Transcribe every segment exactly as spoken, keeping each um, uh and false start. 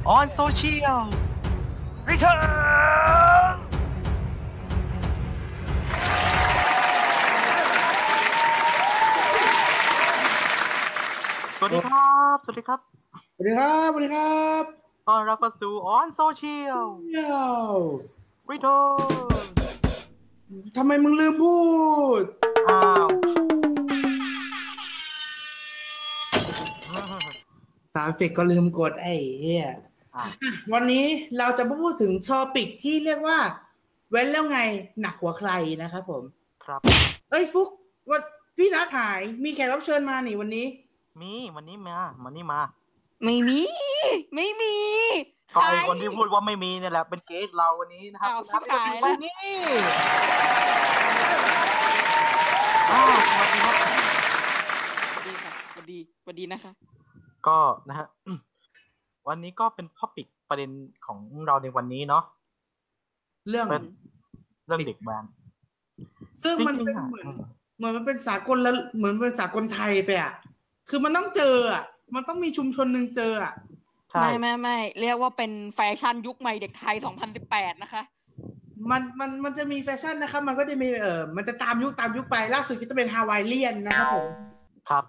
on social return สวัสดีครับสวัสดีครับสวัสดีครับสวัสดีครับต้อนรับเข้าสู่ on social return ทำไมมึงลืมพูดอ้าวสาวเฟกก็ลืมกดไอ้เหี้ยวันนี้เราจะมาพูดถึงทอปิกที่เรียกว่าเว้นแล้วไงหนักหัวใครนะครับผมครับเอ้ยฟุกวันพี่นัดหายมีแขกรับเชิญมาหนิวันนี้มีวันนี้มาวันนี้มาไม่มีไม่มีก็ไอคนที่พูดว่าไม่มีเนี่ยแหละเป็นเกสเราวันนี้นะครับชิบหายแล้วนี่อ้าวสวัสดีครับสวัสดีค่ะสวัสดีสวัสดีนะคะก็นะฮะวันนี้ก็เป็นท็อปิกประเด็นของเราในวันนี้เนาะเรื่องเรื่องเด็กแว้นซึ่งมันเป็นเหมือนเหมือนมันเป็นสากลแล้วเหมือนเป็นสากลไทยไปอ่ะคือมันต้องเจออ่ะมันต้องมีชุมชนนึงเจออ่ะไม่ไม่ไม่เรียกว่าเป็นแฟชั่นยุคใหม่เด็กไทยสองพันสิบแปดนะคะมันมันมันจะมีแฟชั่นนะครับมันก็จะมีเออมันจะตามยุคตามยุคไปล่าสุดก็จะเป็นฮาวายเลียนนะครับผมครับ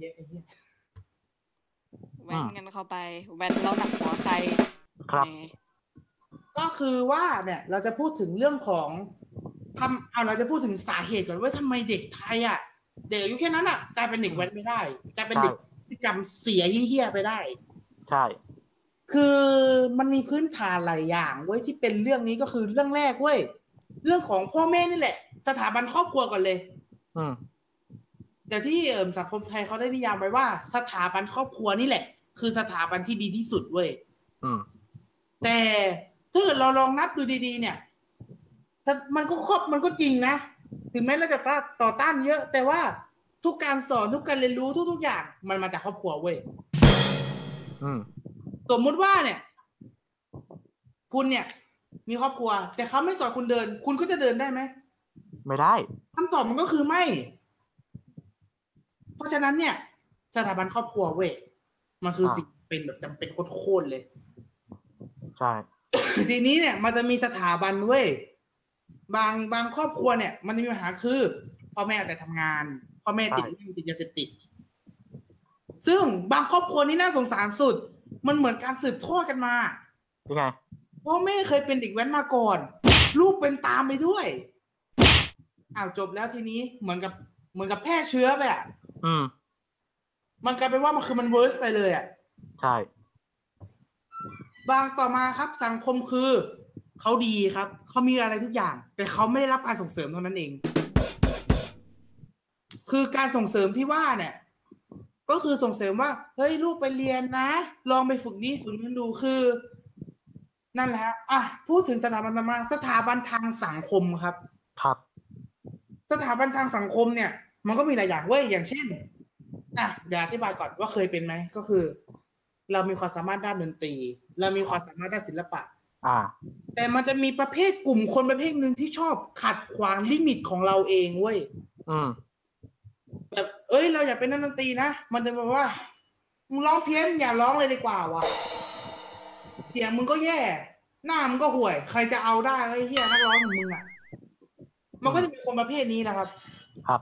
แว้นกันเข้าไปแว้นแล้วหนักหัวใครครับก็คือว่าเนี่ยเราจะพูดถึงเรื่องของทำเอาเราจะพูดถึงสาเหตุก่อนว่าทำไมเด็กไทยอ่ะเด็กอายุแค่นั้นอ่ะกลายเป็นเด็กแว้นไม่ได้กลายเป็นเด็กพฤติกรรมเสียเหี้ยไปได้ใช่คือมันมีพื้นฐานหลายอย่างเว้ยที่เป็นเรื่องนี้ก็คือเรื่องแรกเว้ยเรื่องของพ่อแม่นี่แหละสถาบันครอบครัวก่อนเลยอืมแต่ที่เอ่อสังคมไทยเขาได้นิยามไว้ว่าสถาบันครอบครัวนี่แหละคือสถาบันที่ดีที่สุดเว้ยอืมแต่ถ้าเกิดเราลองนับดูดีๆเนี่ยมันก็ครอบมันก็จริงนะถึงแม้เราจะต่อต้านเยอะแต่ว่าทุกการสอนทุกการเรียนรู้ทุกๆอย่างมันมาจากครอบครัวเว้ยอืมสมมติว่าเนี่ยคุณเนี่ยมีครอบครัวแต่เขาไม่สอนคุณเดินคุณก็จะเดินได้ไหมไม่ได้คำตอบมันก็คือไม่เพราะฉะนั้นเนี่ยสถาบันครอบครัวเว้ยมันคือสิ่งเป็นแบบจำเป็นโคตรเลยใช่ทีนี้เนี่ยมันจะมีสถาบันเว้ยบางบางครอบครัวเนี่ยมันจะมีปัญหาคือพ่อแม่แต่ทำงานพ่อแม่ติดเรื่องติดยาเสพติดซึ่งบางครอบครัวนี่น่าสงสารสุดมันเหมือนการสืบทอดกันมายังไงพ่อแม่เคยเป็นเด็กแว้นมาก่อนลูกเป็นตามไปด้วยอ้าวจบแล้วทีนี้เหมือนกับเหมือนกับแพร่เชื้อไปอ่ะอืมมันกลายเป็นว่ามันคือมันเวิร์สไปเลยอ่ะใช่บางต่อมาครับสังคมคือเขาดีครับเขามีอะไรทุกอย่างแต่เขาไม่ได้รับการส่งเสริมเท่านั้นเองคือการส่งเสริมที่ว่าเนี่ยก็คือส่งเสริมว่าเฮ้ยลูกไปเรียนนะลองไปฝึกนี้ฝึกนั้นดูคือนั่นแหละอ่ะพูดถึงสถาบันมาสถาบันทางสังคมครับครับสถาบันทางสังคมเนี่ยมันก็มีหลายอย่างเว้ยอย่างเช่นอ่ะเดี๋ยวอธิบายก่อนว่าเคยเป็นไหมก็คือเรามีความสามารถด้านดนตรีเรามีความสามารถด้านศิลปะอ่าแต่มันจะมีประเภทกลุ่มคนประเภทหนึ่งที่ชอบขัดขวางลิมิตของเราเองเว้ยอืมแบบเอ้ยเราอยากเป็นนักดนตรีนะมันจะบอกว่ามึงร้องเพี้ยนอย่าร้องเลยดีกว่าวะเสียงมึงก็แย่หน้ามึงก็ห่วยใครจะเอาได้ไอ้เหี้ยนักร้องของมึงอ่ะมันก็จะมีคนประเภทนี้นะครับครับ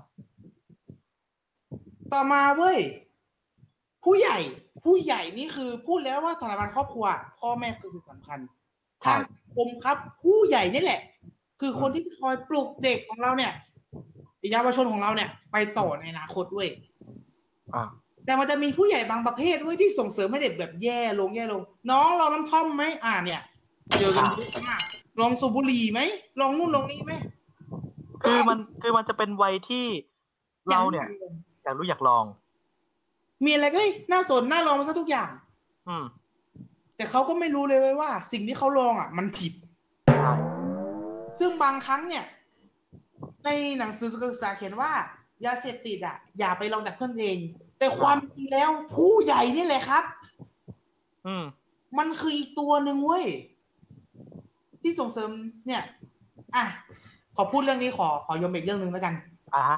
ต่อมาเว้ยผู้ใหญ่ผู้ใหญ่นี่คือพูดแล้วว่าสถาบันครอบครัวพ่อแม่คือสิ่งสำคัญทางผมครับผู้ใหญ่นี่แหละคือคนที่คอยปลุกเด็กของเราเนี่ยเยาวชนของเราเนี่ยไปต่อในอนาคตเว้ยแต่มันจะมีผู้ใหญ่บางประเภทเว้ยที่ส่งเสริมให้เด็กแบบแย่ลงแย่ลงน้องลองน้ำท่อมไหมอ่าเนี่ยเจอกันเยอะมากลองสูบบุหรี่ไหมลองนู่นลองนี่ไหมคือมันคือมันจะเป็นวัยที่เราเนี่ยอยากรู้อยากลองมีอะไรก็น่าสนน่าลองมาซะทุกอย่างอืมแต่เขาก็ไม่รู้เลยว่าสิ่งที่เขาลองอ่ะมันผิดซึ่งบางครั้งเนี่ยในหนังสือศึกษาเขียนว่ายาเสพติดอ่ะอย่าไปลองจากเพื่อนเองแต่ความจริงแล้วผู้ใหญ่นี่แหละครับอืมมันคืออีกตัวหนึ่งเว้ยที่ส่งเสริมเนี่ยอ่ะขอพูดเรื่องนี้ขอขอยมอีกเรื่องนึงแล้วกันอ่าฮะ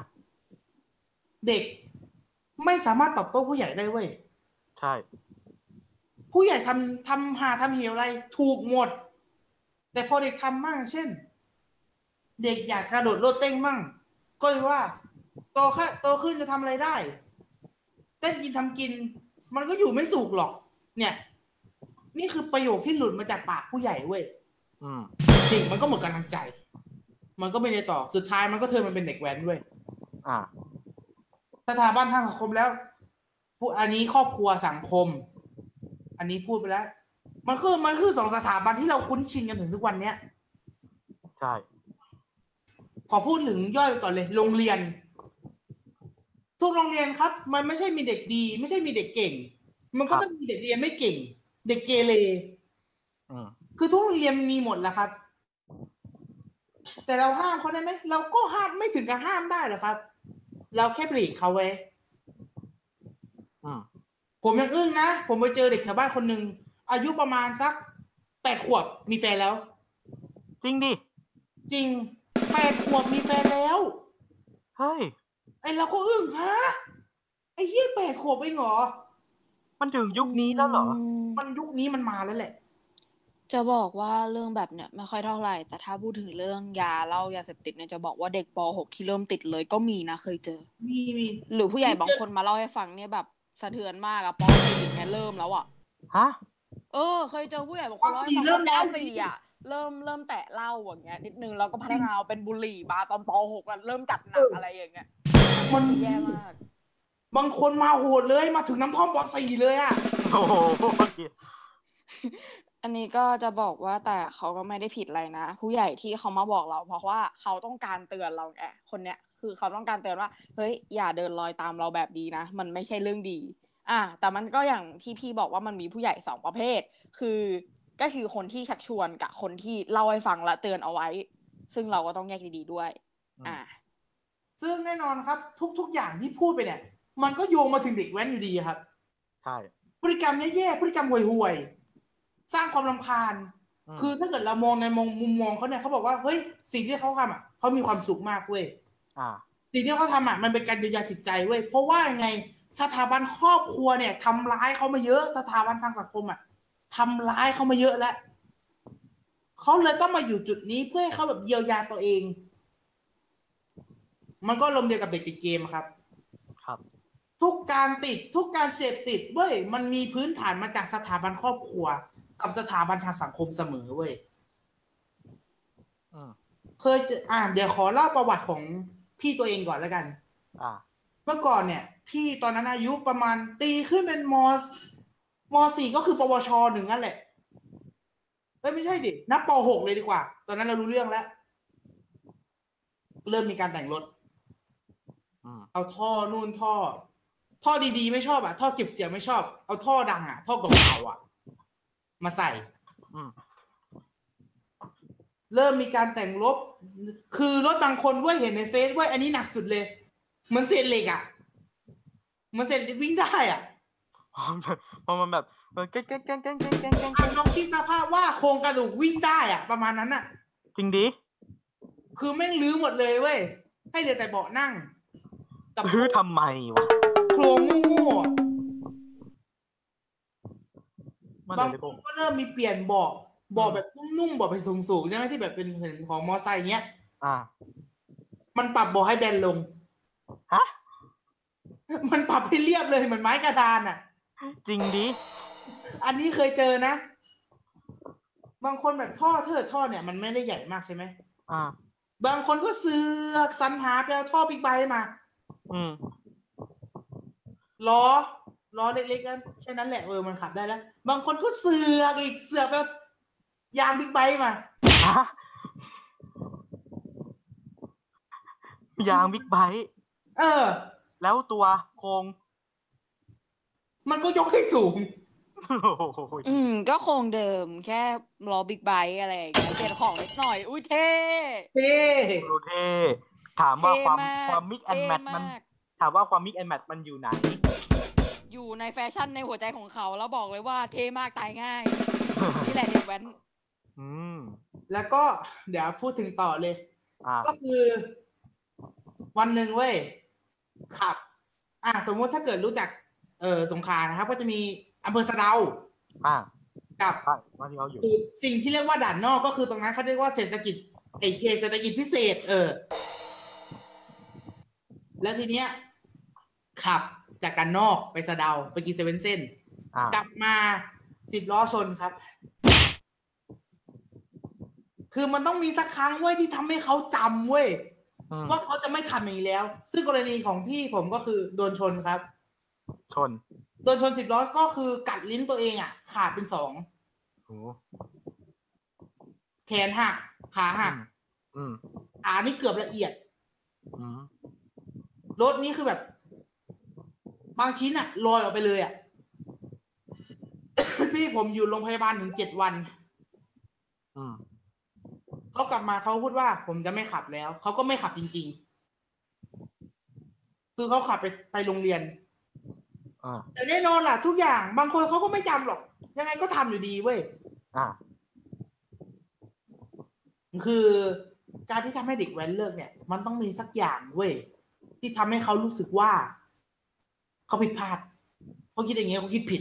เด็กไม่สามารถตอบโต้ผู้ใหญ่ได้เว้ยใช่ผู้ใหญ่ทำทำหาทำเหวอะไรถูกหมดแต่พอเด็กทำมั่งเช่นเด็กอยากกระโดดโลดเต้นมั่งก็เลยว่าโตขึ้นโตขึ้นจะทำอะไรได้เต้นกินทำกินมันก็อยู่ไม่สุขหรอกเนี่ยนี่คือประโยคที่หลุดมาจากปากผู้ใหญ่เว้ยเด็กมันก็หมดกำลังใจมันก็ไม่ได้ต่อสุดท้ายมันก็เทิร์นมันเป็นเด็กแว้นเว้ยอ่าสถาบันทางสังคมแล้วผู้อันนี้ครอบครัวสังคมอันนี้พูดไปแล้วมันคือมันคือสองสถาบันที่เราคุ้นชินกันถึงทุกวันเนี้ยใช่ขอพูดถึงย่อยไปก่อนเลยโรงเรียนทุกโรงเรียนครับมันไม่ใช่มีเด็กดีไม่ใช่มีเด็กเก่งมันก็ต้องมีเด็กเรียนไม่เก่งเด็กเกเรคือทุกโรงเรียนมีหมดแหละครับแต่เราห้ามเขาได้ไหมเราก็ห้ามไม่ถึงกับห้ามได้หรอกครับเราแค่ปลีกเขาไว้ผมยังอึ้งนะผมไปเจอเด็กแถวบ้านคนหนึ่งอายุประมาณสักแปดขวบมีแฟนแล้วจริงดิจริงแปดขวบมีแฟนแล้วเฮ้ยไอเราก็อึ้งฮะไอเหี้ยแปดขวบเองเหรอมันถึงยุคนี้แล้วเหรอมันยุคนี้มันมาแล้วแหละจะบอกว่าเรื่องแบบเนี้ยไม่ค่อยเท่าไหร่แต่ถ้าพูดถึงเรื่องยาเหล้ายาเสพติดเนี่ยจะบอกว่าเด็กป.หกที่เริ่มติดเลยก็มีนะเคยเจอมีมีหรือผู้ใหญ่บางคนมาเล่าให้ฟังเนี่ยแบบสะเทือนมากอะป.สี่เนี่ยเริ่มแล้วอะฮะเออเคยเจอผู้ใหญ่บอกว่าป.สี่เริ่มแล้วป.สี่อะเริ่มเริ่มแตะเหล้าอย่างเงี้ยนิดนึงแล้วก็พัฒนาเป็นบุหรี่มาตอนป.หกอะเริ่มจัดหนักอะไรอย่างเงี้ยมันแย่มากบางคนมาโหดเลยมาถึงน้ำท่อมป.สี่เลยอะโอ้โหอันนี้ก็จะบอกว่าแต่เขาก็ไม่ได้ผิดอะไรนะผู้ใหญ่ที่เขามาบอกเราเพราะว่าเขาต้องการเตือนเราไงคนเนี้ยคือเขาต้องการเตือนว่าเฮ้ยอย่าเดินลอยตามเราแบบนี้นะมันไม่ใช่เรื่องดีอ่ะแต่มันก็อย่างที่พี่บอกว่ามันมีผู้ใหญ่สองประเภทคือก็คือคนที่ชักชวนกับคนที่เล่าให้ฟังและเตือนเอาไว้ซึ่งเราก็ต้องแยกดีๆด้วยอ่ะซึ่งแน่นอนครับทุกๆอย่างที่พูดไปเนี่ยมันก็โยงมาถึงเด็กแว้นอยู่ดีครับใช่พฤติกรรมแย่ๆพฤติกรรมห่วยๆสร้างความรำคาญคือถ้าเกิดเรามองในมองมุมมองเขาเนี่ยเขาบอกว่าเฮ้ยสิ่งที่เขาทำอ่ะเขามีความสุขมากเว้ยสิ่งที่เขาทำอ่ะมันเป็นการเยียวยาจิตใจเว้ยเพราะว่าไงสถาบันครอบครัวเนี่ยทำร้ายเขามาเยอะสถาบันทางสังคมอ่ะทำร้ายเขามาเยอะแล้วเขาเลยต้องมาอยู่จุดนี้เพื่อให้เขาแบบเยียวยาตัวเองมันก็ลมเดียวกับเด็กติดเกมครับครับทุกการติดทุกการเสพติดเว้ยมันมีพื้นฐานมาจากสถาบันครอบครัวกับสถาบันทางสังคมเสมอเว้ยเคยจะอ่านเดี๋ยวขอเล่าประวัติของพี่ตัวเองก่อนแล้วกันเมื่อก่อนเนี่ยพี่ตอนนั้นอายุประมาณตีขึ้นเป็นมมสี่ก็คือปวชหนึ่งนั่นแหละเอ้ยไม่ใช่ดินับปหกเลยดีกว่าตอนนั้นเรารู้เรื่องแล้วเริ่มมีการแต่งรถเอาท่อนู่นท่อท่อดีๆไม่ชอบอ่ะท่อเก็บเสียงไม่ชอบเอาท่อดังอ่ะท่อเก่าๆอ่ะมาใส่เริ่มมีการแต่งรถคือรถบางคนเว้ยเห็นในเฟซเว้ยอันนี้หนักสุดเลยเหมือนเศษเหล็กอ่ะเหมือนเศษวิ่งได้อ่ะพอมันแบบแก๊งแก๊งแก๊งแก๊งแก๊งแก๊งแก๊งลองคิดสภาพว่าโครงกระดูกวิ่งได้อ่ะประมาณนั้นอ่ะจริงดิคือแม่งลื้อหมดเลยเว้ยให้เหลือแต่เบาะนั่งกับลื้อทำไมวะโครงงูๆบางคนก็เริ่มมีเปลี่ยนเบาะเบาะแบบนุ่มๆเบาะไปสูงๆใช่ไหมที่แบบเป็นเหมือนของมอไซค์เงี้ยอ่ามันปรับเบาะให้แบนลงฮะมันปรับให้เรียบเลยเหมือนไม้กระดานอ่ะจริงดิอันนี้เคยเจอนะบางคนแบบท่อเธอท่อเนี่ยมันไม่ได้ใหญ่มากใช่ไหมอ่าบางคนก็เสือกสรรหาไปเอาท่อบิ๊กไบค์มาอืมล้อล้อเล็กๆกันแค่นั้นแหละเออมันขับได้แล้วบางคนก็เสือกอีกเสือกแบบยางบิ๊กไบค์มายางบิ๊กไบค์เออแล้วตัวโครงมันก็ยกให้สูงอืมก็โครงเดิมแค่ล้อบิ๊กไบค์อะไรอย่างเงี้ยเปลี่ยนของเล็กหน่อยอุ้ยเท่เท่เท่ถามว่าความความมิกแอนด์แมทมันถามว่าความมิกแอนด์แมทมันอยู่ไหนอยู่ในแฟชั่นในหัวใจของเขาแล้วบอกเลยว่าเท่มากตายง่ายนี่แหละเด็กแว้นอืมแล้วก็เดี๋ยวพูดถึงต่อเลยก็คือวันหนึ่งเว้ยขับอ่ะสมมติถ้าเกิดรู้จักเออสงขลานะครับก็จะมีอำเภอสะเดาอ่ากับใช่ว่าที่เขาอยู่สิ่งที่เรียกว่าด่านนอกก็คือตรงนั้นเขาเรียกว่าเศรษฐกิจไอเคเศรษฐกิจพิเศษ เออ แล้วทีเนี้ยขับจากกันนอกไปสะเดาไปกินเซเว่นเส้นกลับมาสิบล้อชนครับ คือมันต้องมีสักครั้งเว้ยที่ทำให้เขาจำเว้ยว่าเขาจะไม่ทำอย่างนี้แล้วซึ่งกรณีของพี่ผมก็คือโดนชนครับชนโดนชนสิบล้อก็คือกัดลิ้นตัวเองอ่ะขาดเป็นสองแขนหักขาหักขานี่เกือบละเอียดรถนี้คือแบบบางชิ้นอ่ะลอยออกไปเลยอ่ะ พี่ผมอยู่โรงพยาบาลถึงเจ็ดวันเขากลับมาเขาพูดว่าผมจะไม่ขับแล้วเขาก็ไม่ขับจริงๆคือเขาขับไปไปโรงเรียนแต่แน่นอนล่ะทุกอย่างบางคนเขาก็ไม่จำหรอกยังไงก็ทำอยู่ดีเว้ยคือการที่ทำให้เด็กแว้นเลิกเนี่ยมันต้องมีสักอย่างเว้ยที่ทำให้เขารู้สึกว่าเขาผิดพลาดเขาคิดอย่างเงี้ยเขาคิดผิด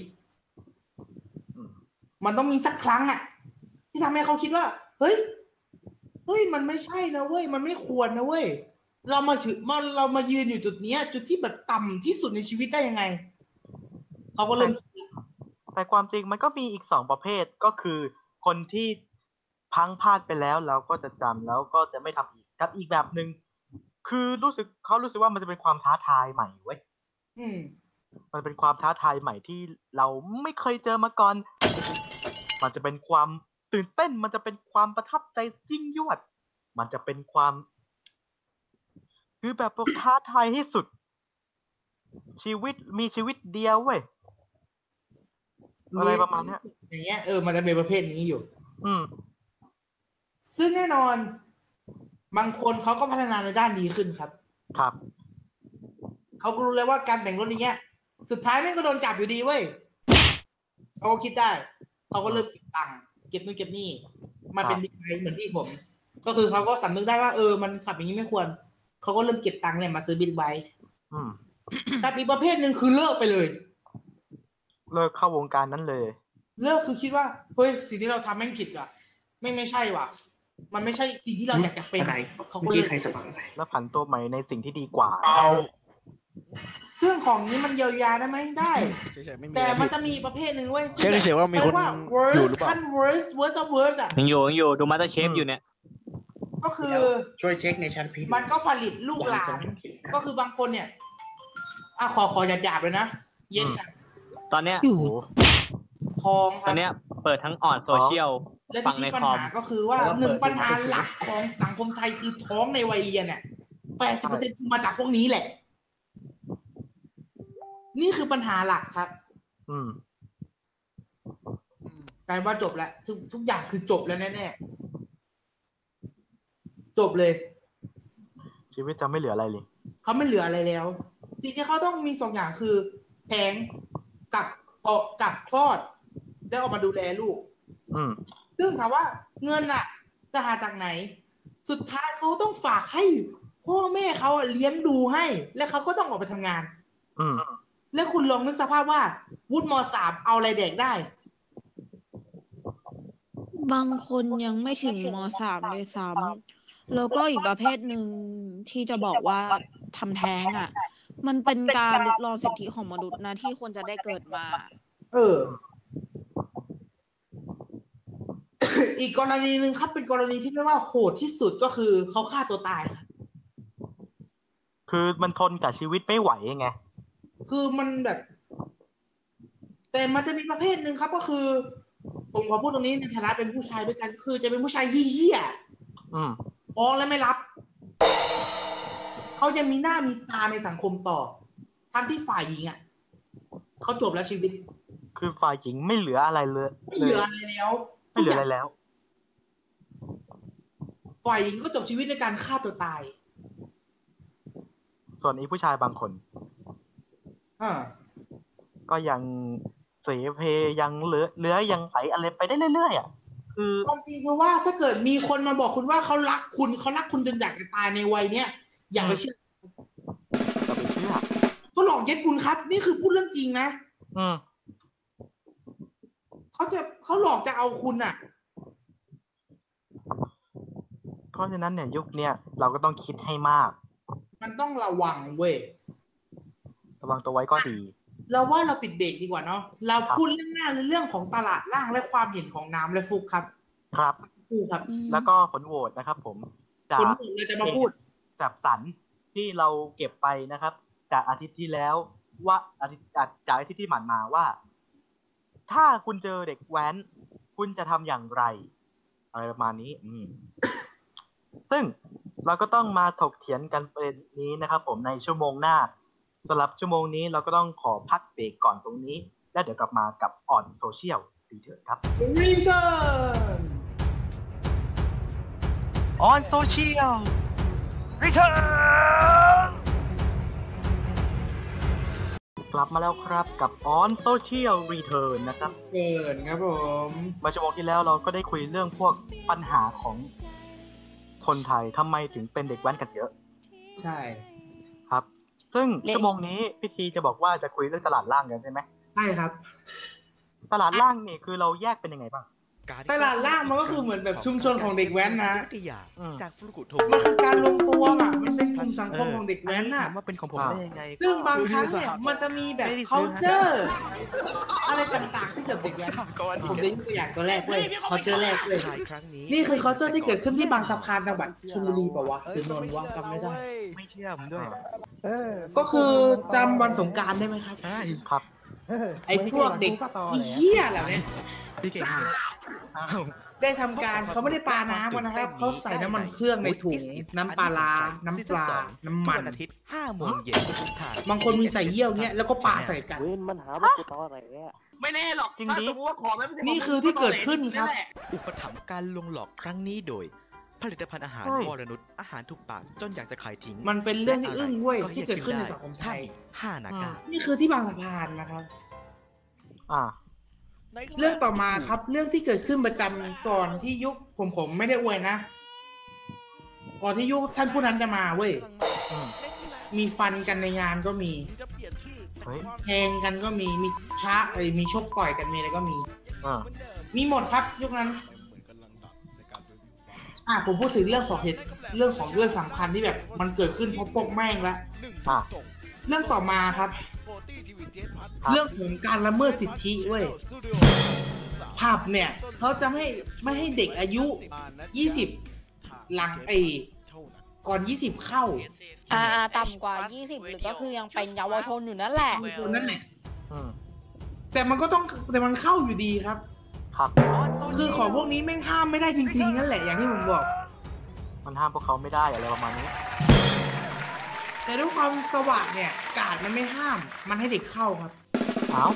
มันต้องมีสักครั้งอ่ะที่ทำให้เขาคิดว่าเฮ้ยเฮ้ยมันไม่ใช่นะเว้ยมันไม่ควรนะเว้ยเรามาถึงมาเรามายืนอยู่จุดนี้จุดที่แบบต่ำที่สุดในชีวิตได้ยังไงเขาก็เริ่มแต่ความจริงมันก็มีอีกสองประเภทก็คือคนที่พังพลาดไปแล้วเราก็จะจำแล้วก็จะไม่ทำอีกกับอีกแบบหนึ่งคือรู้สึกเขารู้สึกว่ามันจะเป็นความท้าทายใหม่เว้ยมันเป็นความท้าทายใหม่ที่เราไม่เคยเจอมาก่อนมันจะเป็นความตื่นเต้นมันจะเป็นความประทับใจยิ่งยวดมันจะเป็นความคือแบบท้าทายที่สุดชีวิตมีชีวิตเดียวเว้ยอะไรประมาณนี้อย่างเงี้ยเออมันจะเป็นประเภทนี้อยู่อืมซึ่งแน่นอนบางคนเขาก็พัฒนาในด้านดีขึ้นครับครับเขาก็รู้แล้วว่าการแต่งรถอย่างเงี้ยสุดท้ายแม่งก็โดนจับอยู่ดีเว้ยเขาก็คิดได้เขาก็เริ่มเก็บตังค์เก็บนู่นเก็บนี่มาเป็นบิ๊กไบค์เหมือนที่ผมก็คือเขาก็สำนึกได้ว่าเออมันขับอย่างนี้ไม่ควรเขาก็เริ่มเก็บตังค์เนี่ยมาซื้อบิ๊กไบค์กับอีกประเภทหนึ่งคือเลิกไปเลยเลิกเข้าวงการนั้นเลยเลิกคือคิดว่าเฮ้ยสิ่งที่เราทำแม่งผิดอ่ะไม่ไม่ใช่ว่ะมันไม่ใช่สิ่งที่เราอยากจะเป็นเขาก็เลยใครสบายแล้วผันตัวใหม่ในสิ่งที่ดีกว่าเอาเรื่องของนี้มันเยียวยาได้ไหมได้แต่มันจะมีประเภทหนึ่งเว้ยเชื่อเฉยว่ามีคนอยู่หรือเปล่าขั้น worst worst of worst อ่ะยังอยู่ยังอยู่ดูมาสเตอร์เชฟอยู่เนี่ยก็คือช่วยเช็คในชั้นพิมพ์มันก็ผลิตลูกหลานก็คือบางคนเนี่ยอ่ะขอขอหยาบๆเลยนะเย็นกันตอนเนี้ยท้องตอนเนี้ยเปิดทั้งออนโซเชียลฟังในคอมก็คือว่าหนึ่งปัญหาหลักของสังคมไทยคือท้องในวัยเรียนเนี่ยแปดสิบเปอร์เซ็นต์มาจากพวกนี้แหละนี่คือปัญหาหลักครับอืมกลายว่าจบแล้วทุกทุกอย่างคือจบแล้วแน่ๆจบเลยชีวิตจะไม่เหลืออะไรเลยเขาไม่เหลืออะไรแล้วสิ่งที่เขาต้องมีสองอย่างคือแท้งกับออกกับคลอดแล้วออกมาดูแลลูกอืมซึ่งถามว่าเงินอ่ะจะหาจากไหนสุดท้ายเขาต้องฝากให้พ่อแม่เขาเลี้ยงดูให้แล้วเขาก็ต้องออกไปทำงานอืมแล้วคุณลองนึกสภาพว่าวุฒิม.สามเอาอะไรแดกได้บางคนยังไม่ถึงม.สามเลยซ้ำแล้วก็อีกประเภทหนึ่งที่จะบอกว่าทำแท้งอ่ะมันเป็นการริดรอนสิทธิของมนุษย์นะที่ควรจะได้เกิดมาเออ อีกกรณีหนึ่งครับเป็นกรณีที่เรียกว่าโหดที่สุดก็คือเขาฆ่าตัวตายครับคือมันทนกับชีวิตไม่ไหวไงคือมันแบบแต่มันจะมีประเภทหนึ่งครับก็คือผมขอพูดตรงนี้ในฐานะเป็นผู้ชายด้วยกันคือจะเป็นผู้ชายเหี้ยๆฟ้องแล้วไม่รับเขายังมีหน้ามีตาในสังคมต่อทั้งที่ฝ่ายหญิงอ่ะเขาจบแล้วชีวิตคือฝ่ายหญิงไม่เหลืออะไรเลยไม่เหลืออะไรแล้วไม่เหลืออะไรแล้วฝ่ายหญิงก็จบชีวิตในการฆ่าตัวตายส่วนอีผู้ชายบางคนอ่าก็ยังเสเพยังเหลือเหลือยังไหลอะไรไปได้เรื่อยๆอ่ะคือความจริงคือว่าถ้าเกิดมีคนมาบอกคุณว่าเขารักคุณเขารักคุณจนอยากจะตายในวัยเนี้ยอย่าไปเชื่ออย่าไปเชื่อก็หลอกเย็ดคุณครับนี่คือพูดเรื่องจริงนะอืมเขาจะเขาหลอกจะเอาคุณอ่ะเพราะฉะนั้นเนี่ยยุคเนี้ยเราก็ต้องคิดให้มากมันต้องระวังเว้ยระวังตัวไว้ก็ดีเราว่าเราปิดเบรกดีกว่าเนาะเราพูดเรื่องหน้าเรื่องของตลาดล่างและความเห็นของน้ำและฟุกครับครับฟูครับแล้วก็ผลโหวตนะครับผมจากคนอื่นเราจะมาพูดจับสรรที่เราเก็บไปนะครับ จากอาทิตย์ที่แล้วว่าอาทิตย์จากจากอาทิตย์ที่ผ่านมาว่า ถ้าคุณเจอเด็กแว้น คุณจะทำอย่างไร อะไรประมาณนี้ อืม ซึ่งเราก็ต้องมาถกเถียงกันประเด็นนี้นะครับ ผมในชั่วโมงหน้าสำหรับชั่วโมงนี้เราก็ต้องขอพักเบรกก่อนตรงนี้ แล้วเดี๋ยวกลับมากับออนโซเชียลดีเถิดครับ reason on social return กลับมาแล้วครับกับ On Social Return นะครับเกินครับผมเมื่อชั่วโมงที่แล้วเราก็ได้คุยเรื่องพวกปัญหาของคนไทยทำไมถึงเป็นเด็กแว้นกันเยอะใช่ครับ ซึ่งเละชั่วโมงนี้พิธีจะบอกว่าจะคุยเรื่องตลาดล่างกันใช่ไหมใช่ครับตลาดล่างนี่คือเราแยกเป็นยังไงบ้างตลาดล่างมันก็คือเหมือนแบบชุมชนของเด็กแว้นนะตัวอย่างอืมจากฟรุกุโทมันคือการรวมตัวอ่ะมันเป็นกลุ่มสังคมของเด็กแว้นน่ะว่าเป็นของผมได้ยังไงซึ่งบางครั้งเนี่ยมันจะมีแบบ culture อะไรต่างๆที่เกิดเด็กแว้นผมจะยกตัวอย่างตัวแรกเว้ย culture แรกเลยถ่ายครั้งนี้นี่คือ culture ที่เกิดขึ้นที่บางสะพานจังหวัดชลบุรีป่าวะหรือนนท์วะจำไม่ได้ไม่เชื่อผมด้วยก็คือจำวันสงกรานต์ได้ไหมครับใช่ครับไอ้พวกเด็กอีเหี้ยเหล่านี้พี่เก่งอยู่อ้าวได้ทำการเขาไม่ได้ปาน้ำกันนะครับเขาใส่น้ำมันเครื่องในถุงน้ำปลาร้าน้ำปลาน้ำมันทุกวัอาทิตย์ห้าโมงเย็นถ่ายบางคนมีใส่เยี่ยวเงี้ยแล้วก็ปาใส่กันเว้นมันหาว่ากูตออะไรเนี่ยไม่แน่หรอกจริงถ้าดิสมมติว่าของนั้นไม่ใช่นี่คือที่เกิดขึ้นครับอุปถัมภ์การลวงหลอกครั้งนี้โดย ผลิตภัณฑ์อาหารใช่วรนุชอาหารถูกปากจนอยากจะขายทิ้งมันเป็นเรื่องที่อึ้งเว้ยและะไรที่เกิดขึ้นในสังคมไทยห้านาฬิกานี่คือที่บางสะพานนะครับอ่าเรื่องต่อมาครับ เรื่องที่เกิดขึ้นประจำก่อนที่ยุคผมผมไม่ได้อวยนะ ก่อนที่ยุคท่านผู้นั้นจะมาเว้ยอืมมีฟันกันในงานก็มีเฮ้ยแทงกันก็มีมีช้าไอ้มีชกต่อยกันมีอะไรก็มีอ่ามีหมดครับยุคนั้น อ่ะผมพูดถึงเรื่องของเหตุเรื่องของเรื่องสำคัญที่แบบ มันเกิดขึ้นเพราะพวกแม่งละอ่าเรื่องต่อมาครับครับเรื่องของการละเมิดสิทธิเว้ยผับเนี่ยเขาจะไม่ไม่ให้เด็กอายุยี่สิบหลังไอ้ก่อนยี่สิบเข้าอ่าต่ำกว่ายี่สิบหรือก็คือยังเป็นเยาวชนอยู่นั่นแหละคนนั้นแหละอืมแต่มันก็ต้องแต่มันเข้าอยู่ดีครับครับคือของพวกนี้แม่งห้ามไม่ได้จริงๆนั่นแหละอย่างที่ผมบอกมันห้ามพวกเขาไม่ได้อะไรประมาณนี้แต่ด้วยความสว่างเนี่ยกาดมันไม่ห้าม มันให้เด็กเข้าครับเอา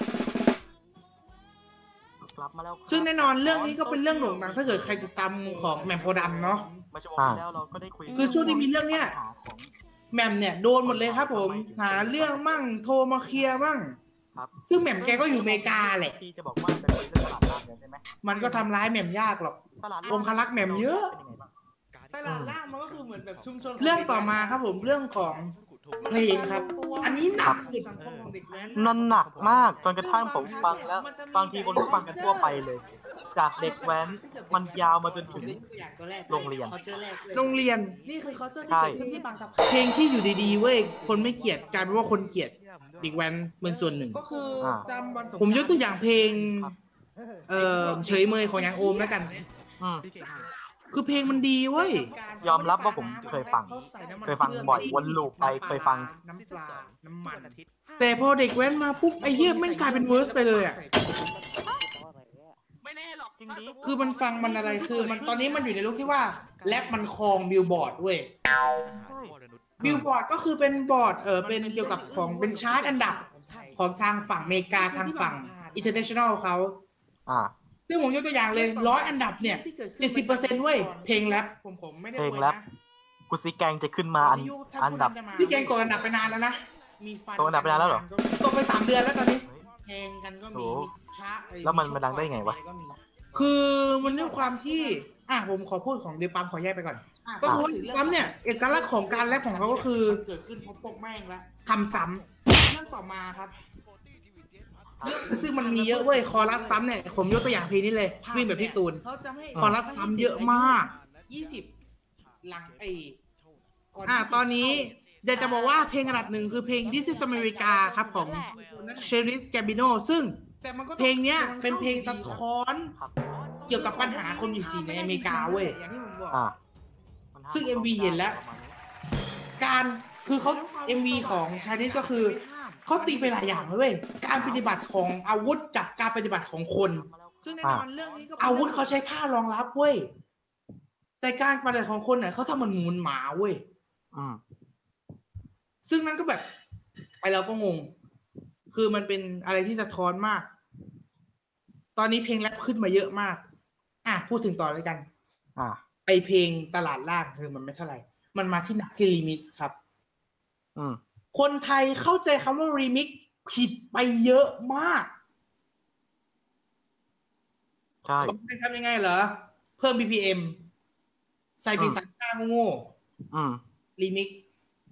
กลับมาแล้วครับซึ่งแน่นอนเรื่องนี้ก็เป็นเรื่องโด่งดังถ้าเกิดใครติดตามของแหม่มโพธิ์ดำเนาะเมื่อชั่วโมงที่แล้วเราก็ได้คุยคือช่วงที่มีเรื่องเนี้ยปัญหาของแหม่มเนี่ยโดนหมดเลยครับผม หาเรื่องมั่งโทรมาเคลียร์มั่งครับซึ่งแหม่มแกก็อยู่อเมริกาแหละพี่จะบอกว่าจะคุยเรื่องตลาดล่างกันใช่ไหมมันก็ทำร้ายแหม่มยากหรอกตลาดองครักษ์แหม่มเยอะเป็นยังไงบ้างตลาดล่างมันก็คือเหมือนแบบชุมชนเรื่องต่อมาครับผมเรื่องของเพลงครับ อันนี้หนักสุดสังคมของเด็กแว้นนั่นหนักมากจนกระทั่งผมฟังแล้วบางทีคนก็ฟังกันทั่วไปเลย จากเด็กแว้นมันยาวมาจนถึง โรงเรียนโรงเรียนนี่คือเขาเจอที่เกิดขึ้นที่บางสะพานเพลงที่อยู่ดีๆเว้ยคนไม่เกลียดกลายเป็นว่าคนเกลียดเด็กแว้นเป็นส่วนหนึ่งก็คือจำวันผมยกตัวอย่างเพลงเอ่อเฉยเมยของยังโอมแล้วกันอืมคือเพลงมันดีเว้ยยอมรับว่าผมเคยฟังเคยฟังบ่อยวนลูปไปเคยฟังน้ำปลา น้ำมัน แต่พอเด็กแว้นมาปุ๊บไอ้เหี้ยแม่งกลายเป็นเวอร์สไปเลยอ่ะไม่แน่หรอกจริงดิคือมันฟังมันอะไรคือมันตอนนี้มันอยู่ในยุคที่ว่าแรปมันครองบิลบอร์ดเว้ย บิลบอร์ดก็คือเป็นบอร์ดเออเป็นเกี่ยวกับของเป็นชาร์ตอันดับของทางฝั่งอเมริกาทางฝั่ง international เขาอ่าซึ่งผมยกตัวอย่างเลยร้อยอันดับเนี่ยเจ็ดสิบเปอร์เซ็นต์เว้ยเพลงแรปผมผมไม่ได้เพลงแรป กุซิแกงจะขึ้นมาอันอันดับพี่แกงกดอันดับไปนานแล้วนะมีฟันกดอันดับไปนานแล้วเหรอตกไปสามเดือนแล้วตอนนี้เพลงกันก็มีโอ้มีช้าเอ้ยแล้วมันมันดังได้ไงวะคือมันด้วยความที่อ่ะผมขอพูดของเดปั๊มขอแยกไปก่อนก็คือว่าปั๊มเนี่ยเอกลักษณ์ของการแรปของเขาก็คือเกิดขึ้นเพราะพวกแม่งแล้วคำซ้ำเรื่องต่อมาครับซึ่งมันมีเยอะเว้ยคอรัสซ้ำเนี่ยผมยกตัวอย่างเพลงนี้เลยวิ่งแบบพี่ตูนคอรัสซ้ำเยอะมากยี่สิบหลังไออ่าตอนนี้เดี๋ยวจะบอกว่าเพลงอันดับหนึ่งคือเพลง This is America ครับของ Childish Gambino ซึ่งเพลงเนี้ยเป็นเพลงสะท้อนเกี่ยวกับปัญหาคนอยู่สี่ในอเมริกาเว้ยอย่างที่ผมบอกอ่าซึ่ง เอ็ม วี เห็นแล้ว การคือเขา เอ็ม วี ของ Chinese ก็คือเขาตีไปหลายอย่างเลยเว้ยการปฏิบัติของอาวุธกับการปฏิบัติของคนซึ่งแน่นอนเรื่องนี้ก็อาวุธเขาใช้ผ้ารองรับเว้ยแต่การปฏิบัติของคนเนี่ยเขาทำเหมือนหมูหมาเว้ยอืมซึ่งนั่นก็แบบไอเราก็งงคือมันเป็นอะไรที่สะท้อนมาก ตอนนี้เพลงแรปขึ้นมาเยอะมากอ่ะพูดถึงต่อเลยกันอ่าไอเพลงตลาดล่างคือมันไม่เท่าไหร่มันมาที่หนักที่รีมิกซ์ครับอืมคนไทยเข้าใจคำว่ารีมิกซ์ผิดไปเยอะมากใช่คนไทยทำยังไงเหรอเพิ่ม บี พี เอ็ม ใส่บีสันก้าโง่อืมรีมิกซ์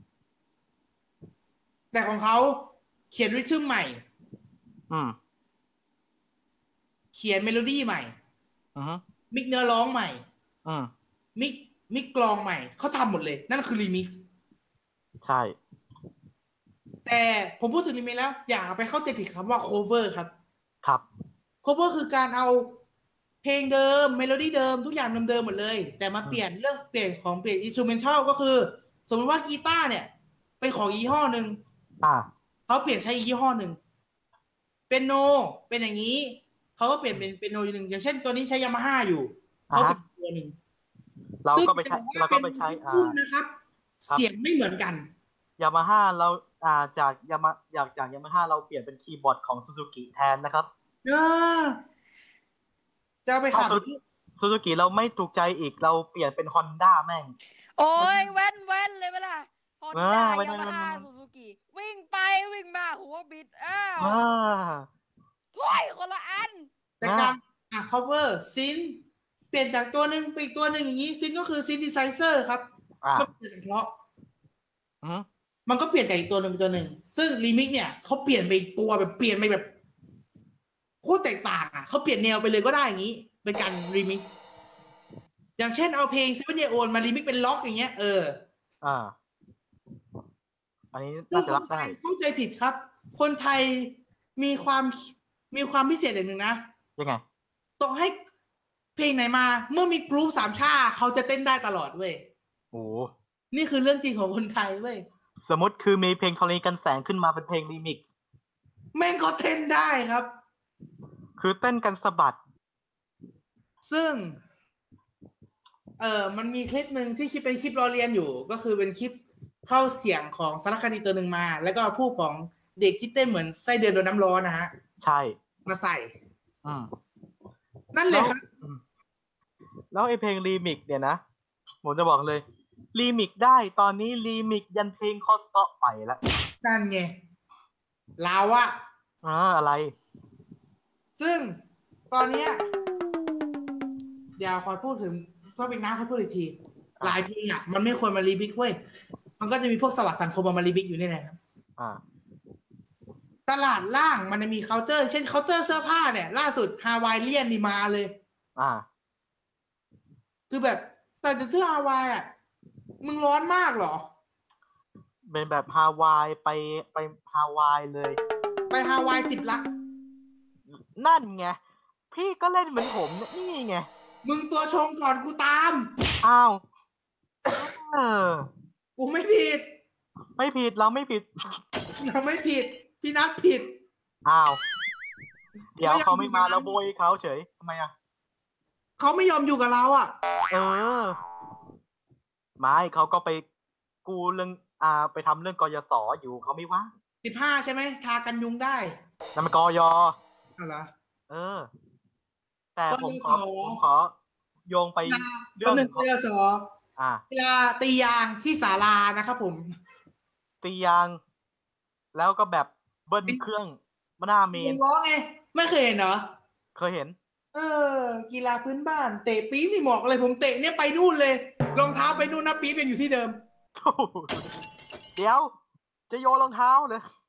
แต่ของเขาเขียนริทึมใหม่อืมเขียนเมโลดี้ใหม่อืมมิกเนื้อร้องใหม่อืมมิกมิกกลองใหม่เขาทำหมดเลยนั่นคือรีมิกซ์ใช่แต่ผมพูดถึงรีมิกซ์แล้วอย่าไปเข้าใจผิดคำว่า cover ครับครับ cover คือการเอาเพลงเดิมเมโลดี้เดิมทุกอย่างเดิมๆหมดเลยแต่มาเปลี่ยนเรื่องเปลี่ยนของเปลี่ยนอินสตูเมนทัลก็คือสมมติว่ากีตาร์เนี่ยเป็นของยี่ห้อหนึ่งอ่าเขาเปลี่ยนใช้อีกยี่ห้อหนึ่งเป็นโนเป็นอย่างนี้เขาก็เปลี่ยนเป็นเป็นโนอย่างหนึ่งอย่างเช่นตัวนี้ใช้ยามาฮ่าอยู่เขาเปลี่ยนตัวหนึ่งเราก็ไปใช้เราก็ไปใช้อ่านะครับ เสียงไม่เหมือนกันยามาฮ่าเราอ่าจากยามาอยากจากยามาฮ่าเราเปลี่ยนเป็นคีย์บอร์ดของซูซูกิแทนนะครับเออจะเอาไปขับซูซูกิเราไม่ถูกใจอีกเราเปลี่ยนเป็นฮอนด้าแม่งโอ้ยแว่นแว่นเลยเวลาฮอนด้าอ่าแว่นยามาฮ่าแว่นซูซูกิวิ่งไปวิ่งมาหัวบิดอ้าวอ่าถ้วยคนละอันแต่การอ่ะ cover ซินเปลี่ยนจากตัวหนึ่งไปอีกตัวหนึ่งอย่างนี้ซินก็คือซิน t ิไซเซอร์ครับอ่ามันเปลี่ยนสังเคราะห์อืมมันก็เปลี่ยนจากอีกตัวหนึ่งเป็นตัวหนึ่งซึ่งรีมิกเนี่ยเขาเปลี่ยนไปอีกตัวแบบเปลี่ยนไปแบบโคตรแตกต่างอ่ะเขาเปลี่ยนแนวไปเลยก็ได้อย่างนี้เป็นการรีมิกซ์อย่างเช่นเอาเพลง Seven Year Old มารีมิกเป็นล็อกอย่างเงี้ยเอออ่า อันนี้น่าจะรับได้เข้าใจผิดครับ คนไทยมีความมีความพิเศษอย่างหนึ่งนะยังไงต้องให้เพลงไหนมา เมื่อมีกรุ๊ปสามชาเขาจะเต้นได้ตลอดเว้ยโอ้นี่คือเรื่องจริงของคนไทยเว้ยสมมติคือมีเพลงธรณีกันแสงขึ้นมาเป็นเพลงรีมิกซ์แม่งก็เต้นได้ครับคือเต้นกันสะบัดซึ่ง เออมันมีคลิปหนึ่งที่คลิปเป็นคลิปล้อเลียนอยู่ ก็คือเป็นคลิปเข้าเสียงของสารคดีตัวหนึ่งมา แล้วก็ผู้ของเด็กที่เต้นเหมือนไส้เดือนโดนน้ำร้อนนะฮะใช่มาใส่อืมนั่นเลยครับอืมแล้วไอเพลงรีมิกซ์เนี่ยนะผมจะบอกเลยรีมิกซ์ได้ตอนนี้รีมิกซ์ยันเพลงคอสเตาะไปละนั่นไงเราอะอ่าอะไรซึ่งตอนเนี้ยเดี๋ยวขอพูดถึงถ้าเป็นน้าเขาพูดอีกที หลายเพลงอะมันไม่ควรมารีมิกซ์เว้ย มันก็จะมีพวกสวัสดิ์สังคมมารีมิกซ์อยู่นี่แหละครับอ่าตลาดล่างมันจะมี culture เช่น culture เสื้อผ้าเนี่ย ล่าสุดฮาวายเลียนนี่มาเลยอ่าคือแบบแต่เสื้อฮาวายอ่ะ มึงร้อนมากเหรอเป็นแบบฮาวายไปไปฮาวายเลยไปฮาวายสิบลักนั่นไง พี่ก็เล่นเหมือนผมเนี่ยนี่ไงมึงตัวชงก่อนกูตามอ้าวเออกูไม่ผิดไม่ผิดเราไม่ผิดเราไม่ผิด พี่นัทผิดอ้าว เดี๋ยวไม่ยอมเขาไม่มาอยู่กับเราแล้วโบยเขาเฉยทำไมอ่ะเขาไม่ยอมอยู่กับเราอ่ะเออ ไม่เขาก็ไปกูเรื่องอ่าไปทำเรื่องกยศอยู่เขาไม่ว่างสิบห้าใช่ไหมทากันยุงได้นั่นมันกยเอาเหรอเออ แต่ผมขอกยศผมขอโยงไปเรื่เรื่ออง งหนึ่งของเจอสออ่าเวลาตียางที่ศาลานะครับผมตียาง แล้วก็แบบเบิ้ลเครื่องมาหน้าเมมึนงร้องไง ไม่เคยเห็นเหรอเคยเห็นเออ กีฬาพื้นบ้าน เตะปี๊บนี่บอกเลยผมเตะเนี่ยไปนู่นเลย รองเท้าไปนู่นนะปี๊บยังอยู่ที่เดิมเดี๋ยว จะโยนรองเท้าเลย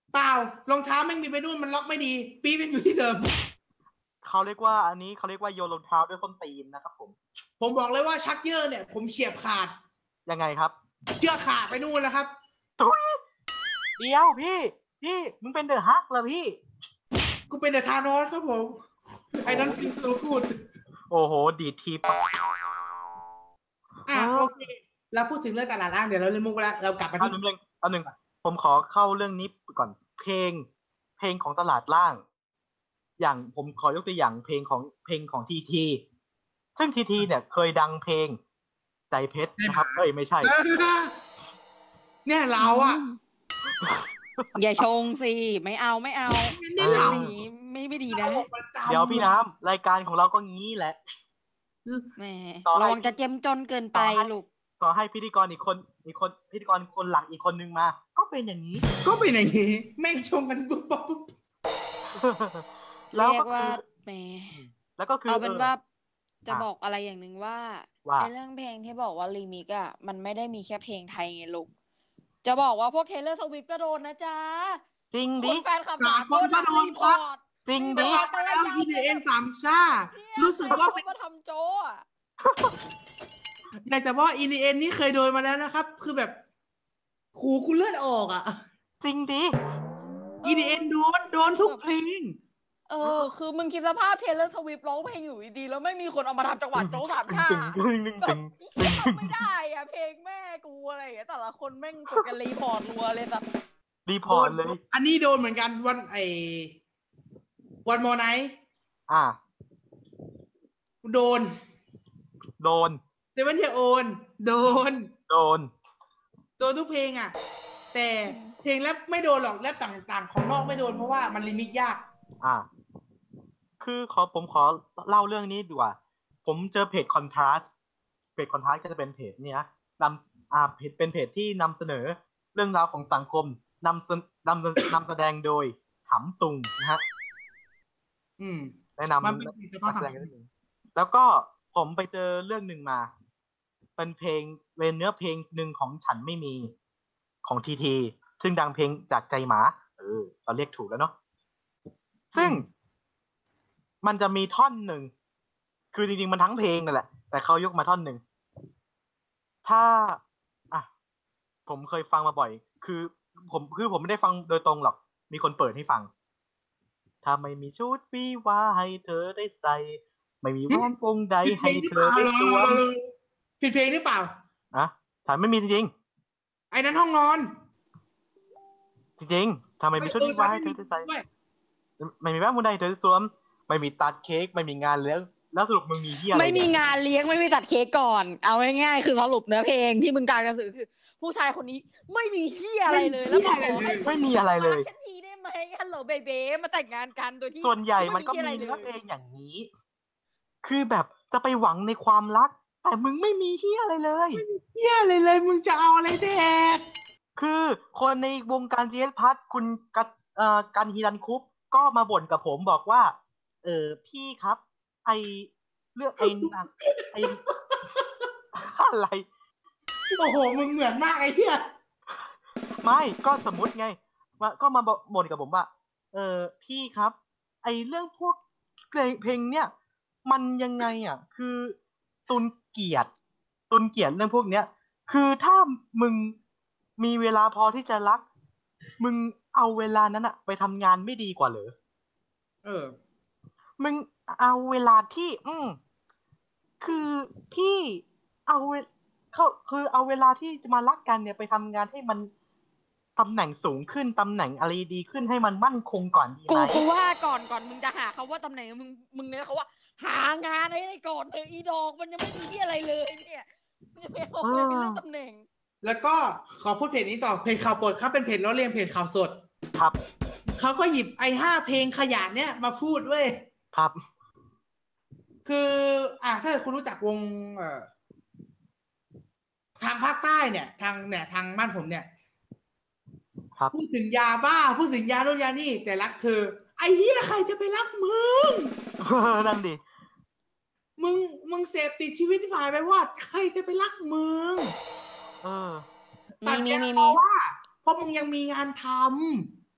เปล่ารองเท้าแม่งมีไปนู่นมันล็อกไม่ดี ปีเป็นอยู่ที่เดิมเขาเรียกว่าอันนี้เขาเรียกว่าโยนรองเท้าด้วยส้นตีนนะครับผมผมบอกเลยว่าชักเยอะเนี่ย ผมเฉียบขาดยังไงครับเชือกขาดไปนู่นแล้วครับตุ๊ยเดี๋ยวพี่ พี่มึงเป็นเดอะฮักเหรอพี่กูเป็นเดอะธานอสครับผมไอ้นั้นฟิลโซกูดโอ้โห ดีดทีปะอ่ะโอเคเราพูดถึงเรื่องตลาดล่างเดี๋ยวเราเล่นมุกไปแล้วเรากลับมาอันที่หนึ่งอันหนึ่งผมขอเข้าเรื่องนี้ก่อน เพลง เพลงของตลาดล่าง อย่างผมขอยกตัวอย่างเพลงของเพลงของทีทีซึ่งทีทีเนี่ยเคยดังเพลงใจเพชรนะครับเอ้ยไม่ใช่เนี่ยเราอ่ะอย่าชงสิไม่เอาไม่เอานี่เราอย่างนี้ไม่ไม่ดีนะเราประจำเดี๋ยวพี่น้ำรายการของเราก็งี้แหละแหมต่อให้ระวังจะเจ็มจนเกินไปต่อให้ลูกต่อให้พิธีกรอีกคนอีกคนพิธีกรคนหลักอีกคนนึงมา ก็เป็นอย่างนี้ก็เป็นอย่างนี้แม่งชมกันปุ๊บปุ๊บปุ๊บแล้วเรียก็กว่าคือแหมแล้วก็คือเอาเป็นว่าจะอ่ะบอกอะไรอย่างหนึ่งว่าว่าไอ้เรื่องเพลงที่บอกว่ารีมิกอะมันไม่ได้มีแค่เพลงไทยไงลูกจะบอกว่าพวกเทเลอร์สวิฟก็โดนนะจ๊ะจริงคดินแฟนคลับสามคนก็โดนรีพครัอบ ร์ตจริงเป็ดินเราไปแล้วทีเอ็นสามชารู้สึกว่าเป็นมาทำโจอะอยากจะบอกอีเอ็นนี่เคยโดนมาแล้วนะครับ คือแบบหูกูเลือดออกอ่ะจริงดิอีเอ็นโดนโดนทุกเพลงเออคือมึงคิดสภาพเทเลอร์สวิฟร้องเพลงอยู่ดีๆแล้วไม่มีคนเอามาทำจังหวะโจสามชาตึงตึงตึงแบตึบงอีเหี้ยทำไม่ได้อะเพลงแม่กูอะไรอย่างเงี้ยแต่ละคนแม่งกดกันรีพอร์ตรัวเลยแบบรีพอร์ตเลยอันนี้โดนเหมือนกันวันไอวันมอไนท์อ่าโดนโดนเซเว่นเทียโอน โดนโดนโดนทุกเพลงอ่ะ แต่เพลงแรปไม่โดนหรอกแรปต่างๆ ของนอกไม่โดนเพราะว่ามันลิมิตยากอ่า คือขอผมขอเล่าเรื่องนี้ดีกว่า ผมเจอเพจคอนทราสเพจคอนทราสก็จะเป็นเพจเนี่ยนำอ่าเพจเป็นเพจที่นำเสนอเรื่องราวของสังคมนำเสนนำนำแสดงโดยหำตุงนะฮะอืมแนะนำมันเป็นเพจสะท้อนนักสัแสงดงคมนิดนึงแล้วก็ผมไปเจอเรื่องหนึ่งมา เป็นเพลงเป็นเนื้อเพลงหนึ่งของฉันไม่มีของทีทีซึ่งดังเพลงจากใจหมา เออเราเรียกถูกแล้วเนาะซึ่งมันจะมีท่อนหนึ่งคือจริงๆมันทั้งเพลงนั่นแหละ แต่เขายกมาท่อนหนึ่งถ้าอ่ะผมเคยฟังมาบ่อย คือผมคือผมไม่ได้ฟังโดยตรงหรอก มีคนเปิดให้ฟัง ถ้าไม่มีชุดวิวาให้เธอได้ใส่ ไม่มีแหวนวงใดให้เธอได้สวมผิดเพลงหรือเปล่าอะฉันไม่มีจริงไอ้นั้นห้องนอนๆจริงๆถ้าไม่มีชุดวิวาให้เธอได้ใส่ด้วยไม่มีแหวนวงใดให้เธอได้สวม ไม่มีตัดเค้กไม่มีงานเลี้ยงแล้วสรุปมึงมีเหี้ยอะไรไม่มีเนี่ยงานเลี้ยงไม่มีตัดเค้กก่อน เอาง่ายๆคือสรุปเนื้อเพลงที่มึงการกระสือคือ ผู้ชายคนนี้ไม่มีเหี้ยอะไรเลยแล้วมาขอให้ไม่มีอะไรเลยมาฉันทีได้ไหมฮัลโหลเบเบ้มาแต่งงานกันโดยที่ส่วนใหญ่มันก็มีไเหี้เนื้ยออะไรเพลเลยงอย่างนี้ คือแบบจะไปหวังในความรัก แต่มึงไม่มีเฮียอะไรเลยเหี้ยเลยเลยมึงจะเอาอะไรแดกคือคนในวงการเจสพัทคุณกัตเอ่อกันฮิรันคุปก็มาบ่นกับผมบอกว่า เออพี่ครับ ไอเรื่องไอหนังไอ อะไรโอ้โหมึงเหมือนมากไอ้เหี้ยไม่ก็สมมุติไงว่าก็มาบ่นกับผมว่า เออพี่ครับ ไอเรื่องพวกเพลงเนี่ย มันยังไงอ่ะ คือตุนเกียรติตุนเกียรติเรื่องพวกเนี้ย คือถ้ามึงมีเวลาพอที่จะรัก มึงเอาเวลานั้นอะไปทำงานไม่ดีกว่าเหรอเออมึงเอาเวลาที่ อืมคือพี่เอาเวเขาคือเอาเวลาที่จะมารักกันเนี่ยไปทำงานให้มันตำแหน่งสูงขึ้นตำแหน่งอะไรดีขึ้นให้มันมั่นคงก่อนดีไหกูมกูว่าก่อนก่อนมึงจะหาเขาว่าตำแหน่งมึงมึงเนี่ยเขาว่า หางานให้ได้ก่อนเถอะอีดอกมันยังไม่มีที่อะไรเลยเนี่ยมันยังไม่ออกเลยในเรื่องตำแหน่งแล้วก็ขอพูดเพจนี้ต่อเพจข่าวปดครับเป็นเพจล้อเลียนเพจข่าวสดครับเขาก็หยิบไอ้ห้าเพลงขยะเนี่ยมาพูดเว้ยครับคือ อ่ะถ้าคุณรู้จักวงเอ่อทางภาคใต้เนี่ย ทางเนี่ยทางบ้านผมเนี่ยครับพูดถึงยาบ้าพูดถึงยาโน่นยานี่แต่รักเธอ ไอ้เหี้ยใครจะไปรักมึงนั่นดิมึงมึงเสพติดชีวิตที่ผ่านไปว่าใครจะไปรักมึงเออตัดมีแค่มีเพมีราะว่าเพราะมึงยังมีงานทเอ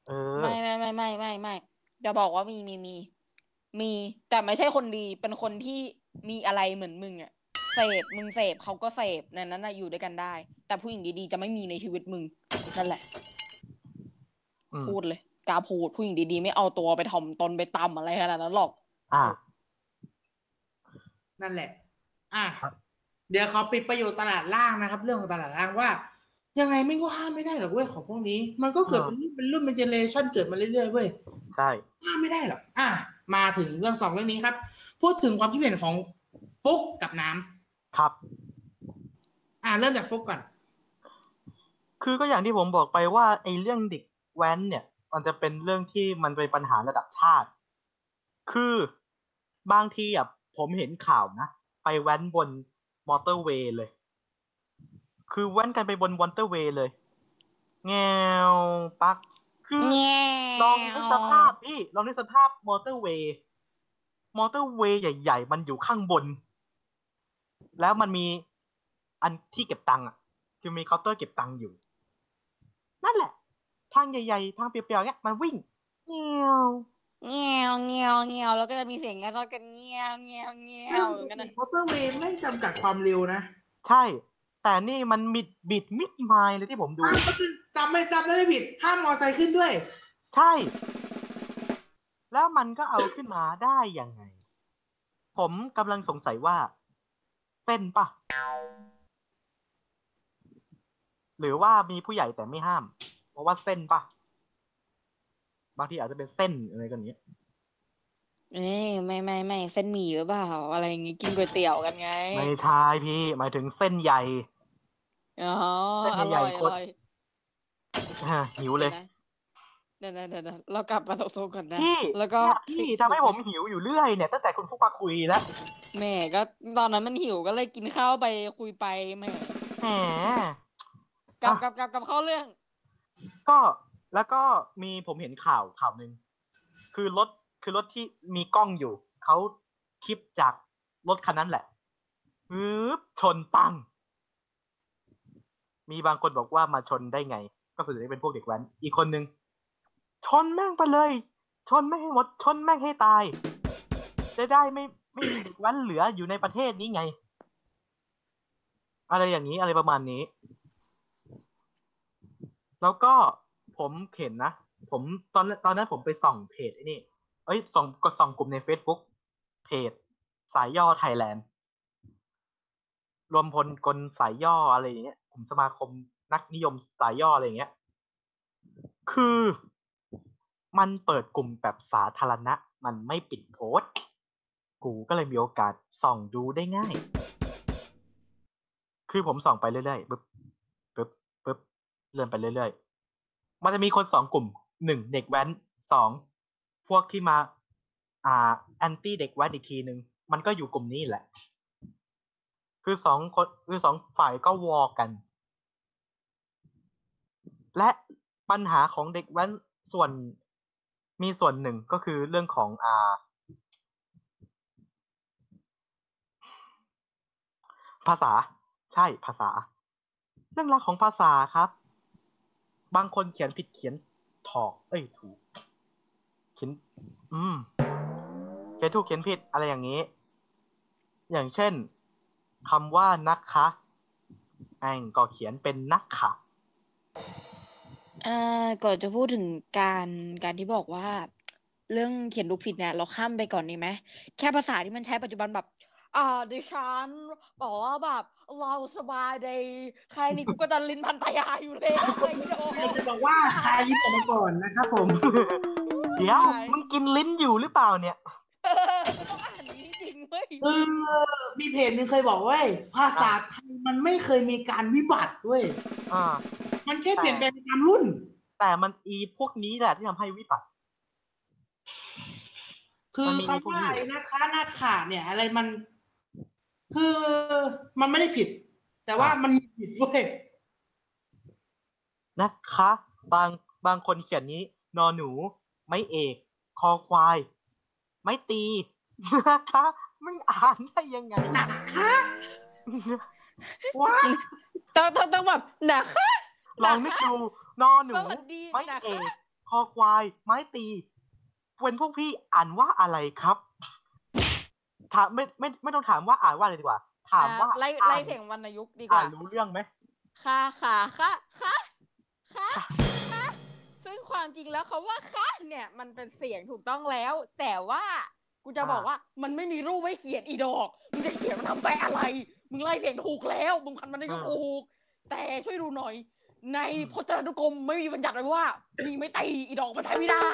เออไม่ไม่ไม่ไม่ไม่ไม่จะบอกว่ามีมีมีมี แต่ไม่ใช่คนดีเป็นคนที่มีอะไรเหมือนมึงอะเสพมึงเสพเขาก็เสพในนั้นน่ะอยู่ด้วยกันได้ แต่ผู้หญิงดีๆจะไม่มีในชีวิตมึงนั่นแหละอืมพูดเลยกล้าพูดผู้หญิงดีๆไม่เอาตัวไปถ่อมตนไปตำอะไรขนาดนั้นหรอกอ่านั่นแหละ อ่ะครับเดี๋ยวเขาปิดประโยชน์ตลาดล่างนะครับ เรื่องของตลาดล่างว่า ยังไงไม่ก็ห้ามไม่ได้หรอกเว้ยของพวกนี้ มันก็เกิดเป็นรุ่นเป็นรุ่นเป็นเจเนเรชันเกิดมาเรื่อยๆเว้ยใช่ห้ามไม่ได้หรอกอ่ะมาถึงเรื่องสองเรื่องนี้ครับ พูดถึงความคิดเห็นของฟุกกับน้ำครับอ่ะเริ่มจากฟุกก่อนคือก็อย่างที่ผมบอกไปว่าไอ้เรื่องเด็กแว้นเนี่ย มันจะเป็นเรื่องที่มันเป็นปัญหาระดับชาติ คือบางทีอ่ะผมเห็นข่าวนะ ไปแว้นบนมอเตอร์เวย์เลย คือแว้นกันไปบนมอเตอร์เวย์เลย แงวปัก คือแง่ลองนึกสภาพพี่ ลองนึกสภาพมอเตอร์เวย์ มอเตอร์เวย์ใหญ่ๆ มันอยู่ข้างบน แล้วมันมีอันที่เก็บตังค์อ่ะ คือมีเคาน์เตอร์เก็บตังค์อยู่ นั่นแหละ ทางใหญ่ๆ ทางเปรียวๆเนี้ย มันวิ่งเงี้ยวเงี้ยวเงี้ยวเงี้ยวแล้วก็จะมีเสียงกระซอกกันเงี้ยวเงี้ยวเงี้ยวกันนะมอเตอร์เวย์ไม่จำกัดความเร็วนะใช่ แต่นี่มันมิดบิดมิดไมล์เลยที่ผมดูอ่ะก็คือจำไม่จำได้ไม่ผิด ห้ามมอไซค์ขึ้นด้วยใช่ แล้วมันก็เอาขึ้นมาได้ยังไง ผมกำลังสงสัยว่าเส้นปะหรือว่ามีผู้ใหญ่แต่ไม่ห้าม เพราะว่าเส้นปะบางทีอาจจะเป็นเส้นอะไรกันอย่างเงี้ยเอ้ยไม่ไม่ไม่เส้นหมี่หรือเปล่าอะไรอย่างงี้กินก๋วยเตี๋ยวกันไงไม่ใช่พี่ หมายถึงเส้นใหญ่อ๋อเส้นอใหญ่ร่อยๆอโคตรร่อยอ่ะหิวเลยเดี๋ยวนะเดี๋ยวนะเดี๋ยวนะเรากลับมาตรงๆก่อนนะพี่แล้วก็เนี่ยพี่ทำให้ผมหิวอยู่เรื่อยเนี่ยตั้งแต่คุณฟุกมาคุยแล้วแหม่ก็ตอนนั้นมันหิวก็เลยกินข้าวไปคุยไปแหม่แหมกลับอ่ะกลับกลับกลับเข้าเรื่องก็แล้วก็มีผมเห็นข่าวข่าวหนึ่งคือรถคือรถที่มีกล้องอยู่เขาคลิปจากรถคันนั้นแหละปึ๊บชนปัง มีบางคนบอกว่ามาชนได้ไง ก็ส่วนใหญ่เป็นพวกเด็กแว้นอีกคนนึงชนแม่งไปเลย ชนแม่งให้หมด ชนแม่งให้ตาย จะได้ไม่ไม่มีเด็กแว้นเหลืออยู่ในประเทศนี้ไง อะไรอย่างนี้อะไรประมาณนี้ แล้วก็ผมเห็นนะ ผมตอนตอนนั้นผมไปส่องเพจไอ้นี่ เอ้ยส่องก็ส่องกลุ่มใน Facebook เพจสายย่อไทยแลนด์ รวมพลกลสายย่ออะไรอย่างเงี้ยกลุ่มสมาคมนักนิยมสายย่ออะไรอย่างเงี้ย คือมันเปิดกลุ่มแบบสาธารณะ มันไม่ปิดโพสต์ กูก็เลยมีโอกาสส่องดูได้ง่าย คือผมส่องไปเรื่อยๆปึ๊บปึ๊บปึ๊บเลื่อนไปเรื่อยๆ มันจะมีคนสองกลุ่มหนึ่งเด็กแว้นสองพวกที่มา อ่าแอนตี้เด็กแว้นอีกทีหนึ่งมันก็อยู่กลุ่มนี้แหละ คือสองคนคือสองฝ่ายก็วอกัน และปัญหาของเด็กแว้นส่วนมีส่วนหนึ่งก็คือเรื่องของอ่า ภาษาใช่ภาษา เรื่องราวของภาษาครับ บางคนเขียนผิดเขียนถอกเอ้ยถูกเขียนอืมเขียนถูกเขียนผิดอะไรอย่างนี้ อย่างเช่นคำว่านักคะแม่งก็เขียนเป็นนักขะอ่าก่อนจะพูดถึงการการที่บอกว่า เรื่องเขียนลูกผิดเนี่ยเราข้ามไปก่อนดีไหมแค่ภาษาที่มันใช้ปัจจุบันแบบ อ่าดิฉันบอกว่าแบบเราสบายดีใครนี่กูก็จะลิ้นพันตายาอยู่แล้วไอ้โจ้อยากจะบอกว่าคายลิ้นออกมาก่อนนะครับผมเดี๋ยวมึงกินลิ้นอยู่หรือเปล่าเนี่ยเออต้องอ่านอย่างนี้จริงเว้ยเออมีเพจหนึ่งเคยบอกเว้ยภาษาไทยมันไม่เคยมีการวิบัติเว้ยอ่ามันแค่เปลี่ยนแปลงตามรุ่นแต่มันอีพวกนี้แหละที่ทำให้วิบัติคือมันมีคำว่าพวกนี้ไอ้นะคะหน้าขาดเนี่ย อะไรมัน คือมันไม่ได้ผิด แต่ว่ามันมีผิดเว้ยนะคะ บางบางคนเขียนนี้ นอหนู ไม่เอก คอควาย ไม่ตีนะคะมึงอ่านได้ยังไงนะคะว้าต้องต้องต้องแบบนะคะลองนึกดู นอหนูสวัสดีไม่นะคะเอก คคอควายไม้ตีเป็นพวกพี่อ่านว่าอะไรครับถามไม่ไม่ไม่ต้องถามว่าอ่านว่าอะไรดีกว่า ถามว่าอ่ะไล่อ่าไล่นเสียงวรรณยุกต์ดีกอ่าว่านรู้เรื่องไหมค่ะค่ะค่ะค่ะค่ะค่ะซึ่งความจริงแล้วเขาว่าค่ะเนี่ยมันเป็นเสียงถูกต้องแล้ว แต่ว่ากูจะบอกว่ามันไม่มีรูปให้เขียนอีดอกมึงจะเขียนมันทำไปอะไรมึงไล่เสียงถูกแล้วมึงคันมันได้ยุกต์ถูกแต่ช่วยดูหน่อยในพจนานุกรมไม่มีบัญญัติไว้ว่ามีไม่ตีอีดอกมันใช้ไม่ได้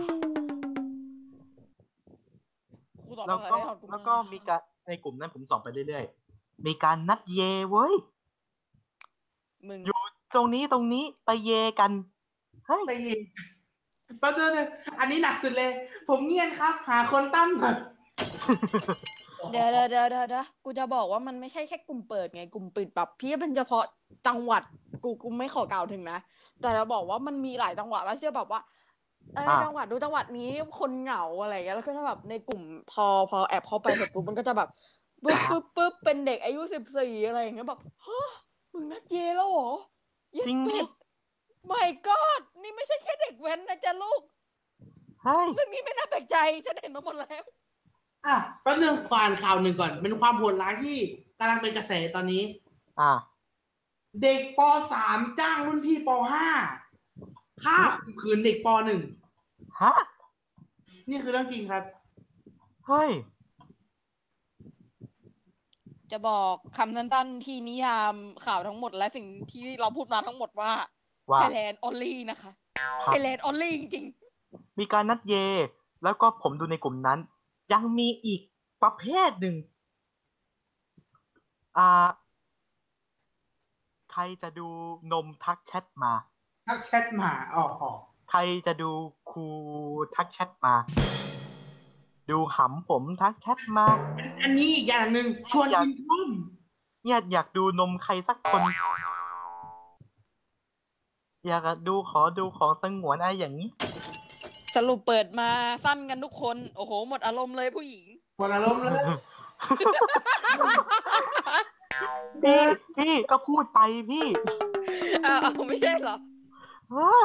กูตอบแล้วอะไรก็ได้ตอนกูแล้วก็มีการในกลุ่มนั้นผมส่องไปเรื่อยๆมีการนัดเยเว้ยมึงอยู่ตรงนี้ตรงนี้ไปเยกันเฮ้ยไปยิงแป๊บนึงอันนี้หนักสุดเลย ผมเงียนครับ หาคนตั้งหน่อยเดี๋ยวเดี๋ยวเดี๋ยวเดี๋ยวเดี๋ยวกูจะบอกว่ามันไม่ใช่แค่กลุ่มเปิดไงกลุ่มปิดแบบพี่เป็นเฉพาะจังหวัดกูกูไม่ขอกล่าวถึงนะแต่จะบอกว่ามันมีหลายจังหวัดแล้วเชื่อแบบว่าเอออ่าจังหวัดดูจังหวัดนี้คนเหงาอะไรอย่างเงี้ยแล้วก็จะแบบในกลุ่มพอพอแอบเข้าไปเสร็จปุ๊บมันก็จะแบบปึ๊บปึ๊บปึ๊บเป็นเด็กอายุสิบสี่อะไรอย่างเงี้ยแบบฮะมึงนัดเยแล้วเหรอเย็ดจริงดิเป็ด my god นี่ไม่ใช่แค่เด็กแว้นนะจ๊ะลูกเฮ้ยเรื่องนี้ไม่น่าแปลกใจฉันเห็นมาหมดแล้วอ่ะแป๊บนึงขวานข่าวหนึ่งก่อน เป็นความโหดร้ายที่กำลังเป็นกระแสตอนนี้อ่าเด็กป สาม จ้างรุ่นพี่ป ห้า ฆ่าข่มขืนเด็กป หนึ่งฮะนี่คือเรื่องจริงครับเฮ้ยจะบอกคำสั้นๆที่นิยามข่าวทั้งหมดและสิ่งที่เราพูดมาทั้งหมดว่าว่า Thailand only นะคะ Thailand only จริงมีการนัดเย แล้วก็ผมดูในกลุ่มนั้น ยังมีอีกประเภทหนึ่ง อ่า ใครจะดูนมทักแชทมาทักแชทมาอ๋ออ๋อใครจะดูครูทักแชทมา ดูหำผมทักแชทมาอันนี้อีกอย่างหนึ่งชวนกินต้มเนี่ยอยากดูนมใครสักคน อยากดูขอดูของสงวนอะไรอย่างนี้ๆ สรุปเปิดมาสั้นกันทุกคน โอ้โห หมดอารมณ์เลยผู้หญิงหมดอารมณ์แล้วพี่พี่ก็พูดไปพี่อ้าวไม่ใช่เหรอว้า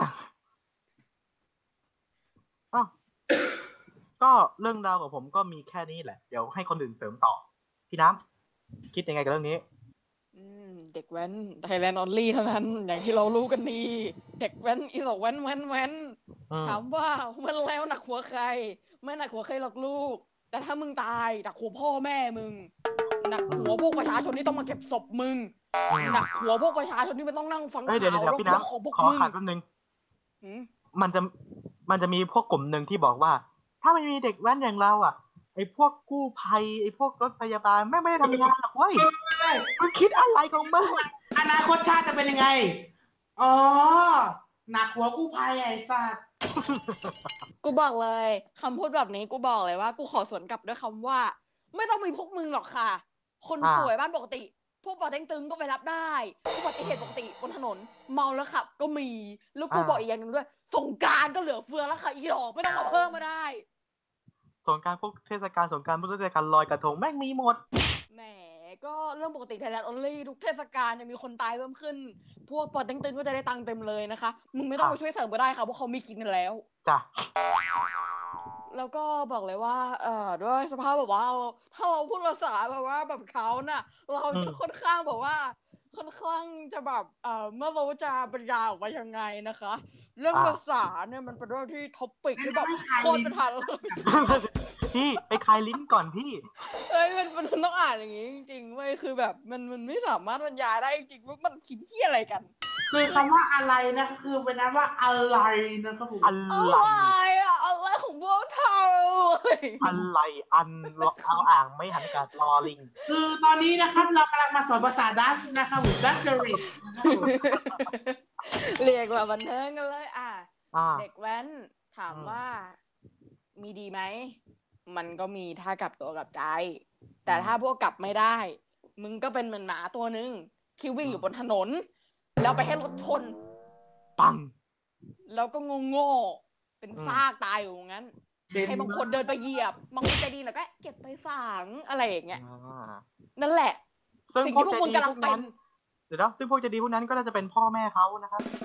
อ้าวก็เรื่องราวของผมก็มีแค่นี้แหละ เดี๋ยวให้คนอื่นเสริมต่อ พี่น้ำคิดยังไงกับเรื่องนี้อืม เด็กแว้น Thailand only เท่านั้น อย่างที่เรารู้กันดี เด็กแว้นอีสกแว้นแว้นแว้นอืมถามว่ามันแล้วหนักหัวใคร ไม่หนักหัวใครหรอกลูก แต่ถ้ามึงตายหนักหัวพ่อแม่มึง หนักหัวพวกประชาชนที่ต้องมาเก็บศพมึง หนักหัวพวกประชาชนที่มันต้องนั่งฟังเอ้ยเดี๋ยวข่าวเดี๋ยวแล้วพี่ก็น้ำของพวกขอมึงขัดแป๊บนึงหืมมันจะมันจะมีพวกกลุ่มหนึ่งที่บอกว่า ถ้าไม่มีเด็กแว้นอย่างเราอ่ะ ไอ้พวกกู้ภัยไอ้พวกรถพยาบาลแม่งไม่ได้ทำงานหรอกเว้ยมึงคิดอะไรของมึงอนาคตชาติจะเป็นยังไง อ๋อ หนักหัวกู้ภัยไอ้สัตว์กูบอกเลยคำพูดแบบนี้กูบอกเลยว่า กูขอสวนกลับด้วยคำว่า ไม่ต้องมีพวกมึงหรอกค่ะ คนอ่าป่วยบ้านปกติ พวกปอเต็งตึงก็ไปรับได้อุบัติเหตุปกติบนถนน เมาแล้วขับ ก็มี แล้วกูบอกอีกอย่างหนึงด้วย สงกรานต์ก็เหลือเฟือแล้วค่ะอีดอกไม่ต้องมาเพิ่มมาได้สงกรารพวกเทศกาลสงกรารพวกเทศกาลลอยกระทงแม่งมีหมดแหมก็เรื่องปกติ Thailand only ทุกเทศกาลจะมีคนตายเพิ่มขึ้น พวกปอเต็งตึงก็จะได้ตังค์เต็มเลยนะคะ มึงไม่ต้องค่ะมาช่วยเสริมก็ได้ค่ะเพราะเขามีกินกันแล้วจ้ะแล้วก็บอกเลยว่า เอ่อ ด้วยสภาพแบบว่าเราถ้าเราพูดภาษาแบบว่าแบบเขาน่ะ เราจะค่อนข้างแบบว่า ค่อนข้างจะแบบ เอ่อ ไม่รู้จะบรรยายออกมายังไงนะคะ เรื่องอ่าภาษาเนี่ยมันเป็นเรื่องที่ท็อปปิกที่แบบไม่ใช่โคตรเป็นพันพี่ไปคลายลิ้นก่อนพี่เอ้ยมันมันต้องอ่านอย่างงี้จริงๆเว้ยคือแบบมันมันไม่สามารถบรรยายได้จริงๆว่ามันคิดที่อะไรกันคือคำว่าอะไรนะคือเป็นนั้นว่าอะไรนะครับผมอะอะไรไรอะอะไรของพวกเธออะไรอันเอาอ่างไม่หันกับรอลิงคือตอนนี้นะครับเรากำลังมาสอนภาษาดัชนะครับผมดัชจริตนะครับผมเรียกว่าบันเทิงกันเลยอ่ะอ่าเด็กแว้นถามอืมว่ามีดีไหม มันก็มีถ้ากลับตัวกลับใจ แต่ถ้าพวกกลับไม่ได้ มึงก็เป็นเหมือนหมาตัวนึงที่วิ่งอยู่บนถนน แล้วไปให้รถชนปังแล้วก็โง่ๆเป็นอืมซากตายอยู่งั้น ให้บางคนเดินไปเหยียบบางคนใจดีแล้วก็เก็บไปฝังอะไรอย่างเงี้ยอ่านั่นแหละซึ่งสิ่งพวกที่พวกใจมึงดีกำลัพงวกเป็นั้น นเดี๋ยวนะซึ่งพวกใจดีพวกนั้นก็น่าจะเป็นพ่อแม่เขานะครับเอ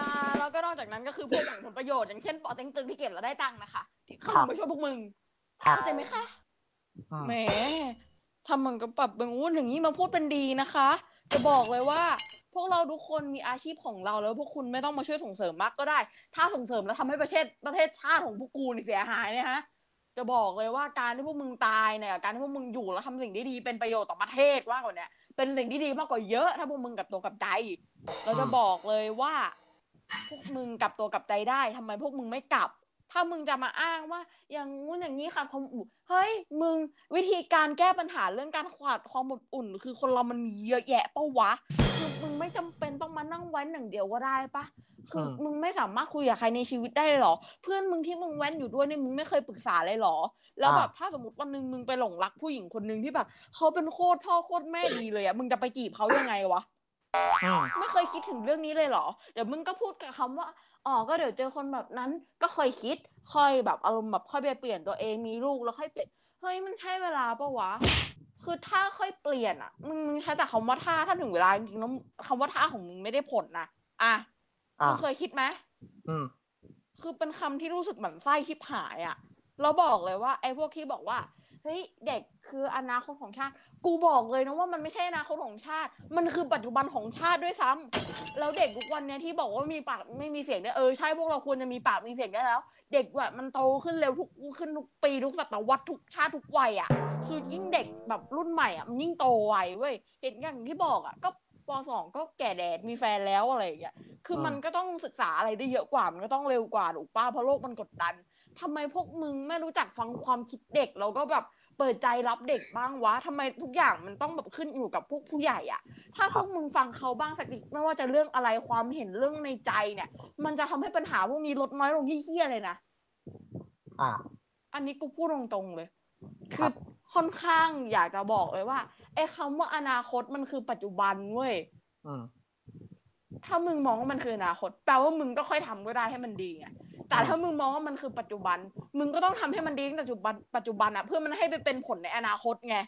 อ่าแล้วก็นอกจากนั้นก็คือพวกผลประโยชน์อย่างเช่นปอเต็งตึงที่เก็บแล้วได้ตังค์นะคะที่เข้ามาช่วยพวกมึงเข้าใจไหมคะแหมทำมึงก็ปรับเป็นวุ้นอย่างนี้มาพูดเป็นดีนะคะจะบอกเลยว่าพวกเราทุกคนมีอาชีพของเราแล้วพวกคุณไม่ต้องมาช่วยส่งเสริมมากก็ได้ถ้าส่งเสริมแล้วทำให้ประเทศประเทศชาติของพวกกูนี่เสียหายเนี่ยฮะจะบอกเลยว่าการที่พวกมึงตายเนี่ยการที่พวกมึงอยู่แล้วทำสิ่งที่ดีเป็นประโยชน์ต่อประเทศมากกว่านี้เป็นสิ่งที่ดีมากกว่าเยอะถ้าพวกมึงกับตัวกับใจเราจะบอกเลยว่าพวกมึงกลับตัวกลับใจได้ทำไมพวกมึงไม่กลับถ้ามึงจะมาอ้างว่าอย่างงู้นอย่างนี้ค่ะความอุ่นเฮ้ยมึงวิธีการแก้ปัญหาเรื่องการขาดความอบอุ่นคือคนเรามันมีเยอะแยะปะวะคือมึงไม่จำเป็นต้องมานั่งแว้นอย่างเดียวก็ได้ปะคือมึงไม่สามารถคุยกับใครในชีวิตได้เลยหรอเพื่อนมึงที่มึงแว้นอยู่ด้วยเนี่ยมึงไม่เคยปรึกษาเลยหรอแล้วแบบถ้าสมมติวันนึงมึงไปหลงรักผู้หญิงคนนึงที่แบบเขาเป็นโคตรพ่อโคตรแม่ดีเลยอะมึงจะไปจีบเขายังไงวะไม่เคยคิดถึงเรื่องนี้เลยเหรอเดี๋ยวมึงก็พูดกับคำว่าอ๋อก็เดี๋ยวเจอคนแบบนั้นก็ค่อยคิดค่อยแบบอารมณ์แบบค่อยไปเปลี่ยนตัวเองมีลูกแล้วค่อยเปลี่ยนเฮ้ยมันใช่เวลาปะวะคือถ้าค่อยเปลี่ยนอ่ะมึงมึงใช้แต่คำว่าท่าถ้าถึงเวลาจริงๆแล้วคำว่าท่าของมึงไม่ได้ผลนะอ่ะมึงเคยคิดไหมอืมคือเป็นคำที่รู้สึกหมั่นไส้ชิบหายอ่ะเราบอกเลยว่าไอ้พวกที่บอกว่าเฮ้ยเด็กคืออนาคตของชาติกูบอกเลยนะว่ามันไม่ใช่อนาคตของชาติมันคือปัจจุบันของชาติด้วยซ้ำแล้วเด็กทุกวันเนี้ยที่บอกว่ามีปากไม่มีเสียงเนี่ยเออใช่พวกเราควรจะมีปากมีเสียงได้แล้วเด็กแบบมันโตขึ้นเร็วทุกขึ้นทุกปีทุกศตวรรษทุกชาติทุกวัยอ่ะคือยิ่งเด็กแบบรุ่นใหม่อ่ะมันยิ่งโตไวเว้ยเห็นอย่างที่บอกอ่ะก็ป.สอง ก็แก่แดดมีแฟนแล้วอะไรอย่างเงี้ยคือมันก็ต้องศึกษาอะไรได้เยอะกว่ามันก็ต้องเร็วกว่าถูกป่ะเพราะโลกมันกดดันทำไมพวกมึงไม่รู้จักฟังความคิดเด็กแล้วก็แบบเปิดใจรับเด็กบ้างวะทำไมทุกอย่างมันต้องแบบขึ้นอยู่กับพวกผู้ใหญ่อ่ะถ้าพวกมึงฟังเขาบ้างสักนิดไม่ว่าจะเรื่องอะไรความเห็นเรื่องในใจเนี่ยมันจะทำให้ปัญหาพวกนี้ลดน้อยลงที่เหี้ยเลยนะอ่าอันนี้กูพูดตรงๆเลยคือค่อนข้างอยากจะบอกเลยว่าไอ้คำว่าอนาคตมันคือปัจจุบันเว้ยถ้ามึงมองว่ามันคืออนาคตแปลว่ามึงก็ค่อยทำก็ได้ให้มันดีไงแต่ถ้ามึงมองว่ามันคือปัจจุบันมึงก็ต้องทำให้มันดีในปัจจุบันปัจจุบันอะเพื่อมันให้ไปเป็นผลในอนาคตไง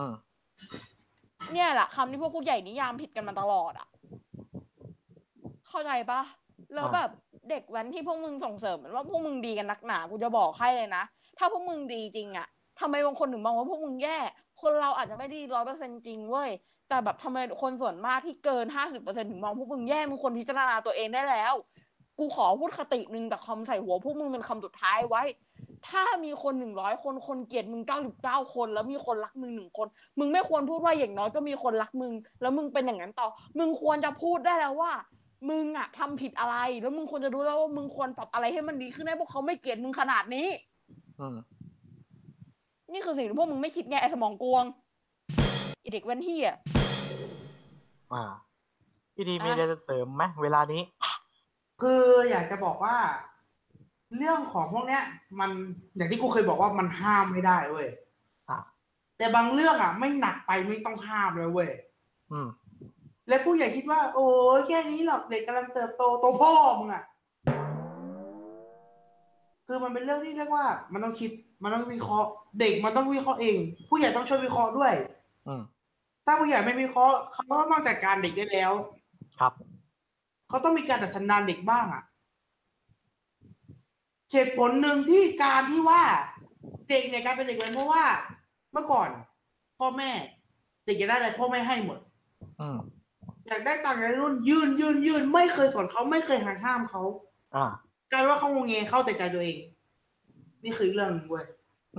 เนี่ยแหละคำที่พวกผู้ใหญ่นิยามผิดกันมาตลอดอะเข้าใจปะแล้วแบบเด็กแว้นที่พวกมึงส่งเสริมมันว่าพวกมึงดีกันนักหนากูจะบอกให้เลยนะถ้าพวกมึงดีจริงอะทำไมบางคนถึงมองว่าพวกมึงแย่คนเราอาจจะไม่ดีร้อยเปอร์เซ็นต์จริงเว้ยแต่แบบทำไมคนส่วนมากที่เกินห้าสิบเปอร์เซ็นต์ถึงมองพวกมึงแย่มึงควรพิจารณาตัวเองได้แล้วกูขอพูดคตินึงแต่คำใส่หัวพวกมึงเป็นคำสุดท้ายไว้ถ้ามีคนหนึ่งร้อยคนคนเกลียดมึงเก้าสิบเก้าคนแล้วมีคนรักมึงหนึ่งคนมึงไม่ควรพูดว่าอย่างน้อยก็มีคนรักมึงแล้วมึงเป็นอย่างนั้นต่อมึงควรจะพูดได้แล้วว่ามึงอะทำผิดอะไรแล้วมึงควรจะรู้แล้วว่ามึงควรปรับอะไรให้มันดีขึ้นให้พวกเขาไม่เกลียดมึงขนาดนี้นี่คือสิ่งที่พวกมึงไม่คิดไงไอ้สมองกวงไอ้เด็กแว้นเหี้ยอ่าพี่ดีมีอะไรจะเสริมไหมเวลานี้คืออยากจะบอกว่าเรื่องของพวกเนี้ยมันอย่างที่กูเคยบอกว่ามันห้ามไม่ได้เว้ยแต่บางเรื่องอ่ะไม่หนักไปไม่ต้องห้ามเลยเว้ยและผู้ใหญ่คิดว่าโอ้แค่นี้หรอกเด็กกำลังเติบโตโตพ่อมึงอ่ะคือมันเป็นเรื่องที่เรียกว่ามันต้องคิดมันต้องวิเคราะห์เด็กมันต้องวิเคราะห์เองผู้ใหญ่ต้องช่วยวิเคราะห์ด้วยถ้าผู้ใหญ่ไม่วิเคราะห์เขาก็ต้องจัดการเด็กได้แล้วครับเขาต้องมีการตัดสันดานเด็กบ้างอ่ะเหตุผลหนึ่งที่การที่ว่าเด็กเนี่ยการเป็นเด็กเป็นเพราะว่าเมื่อก่อนพ่อแม่เด็กอยากได้อะไรพ่อแม่ให้หมดอยากได้ตังค์ในรุ่นยืนยืนยืนไม่เคยสอนเขาไม่เคยหักห้ามเขากลายว่าเขางงเงเข้าแต่ใจตัวเองนี่คือเรื่องเว้ย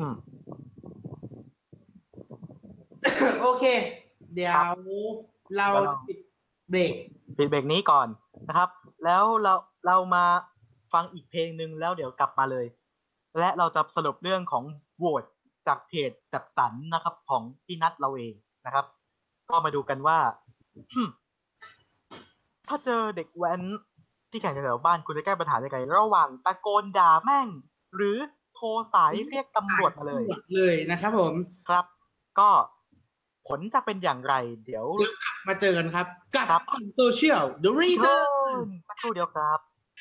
โอเคเดี๋ยวเราปิดเบรกปิดเบรกนี้ก่อนนะครับแล้วเราเรามาฟังอีกเพลงหนึ่งแล้วเดี๋ยวกลับมาเลยและเราจะสรุปเรื่องของโหวตจากเพจจัดสรรนะครับของพี่นัทเราเองนะครับก็มาดูกันว่า ถ้าเจอเด็กแว้นที่แข่งกันแถวบ้านคุณจะแก้ปัญหายังไงระหว่างตะโกนด่าแม่งหรือโทรสายเรียกตำรวจมาเลยเลยนะครับผมครับก็ผลจะเป็นอย่างไรเดี๋ยวกลับมาเจอกันครับกับโซเชียล The Return สักครู่เดียวครับ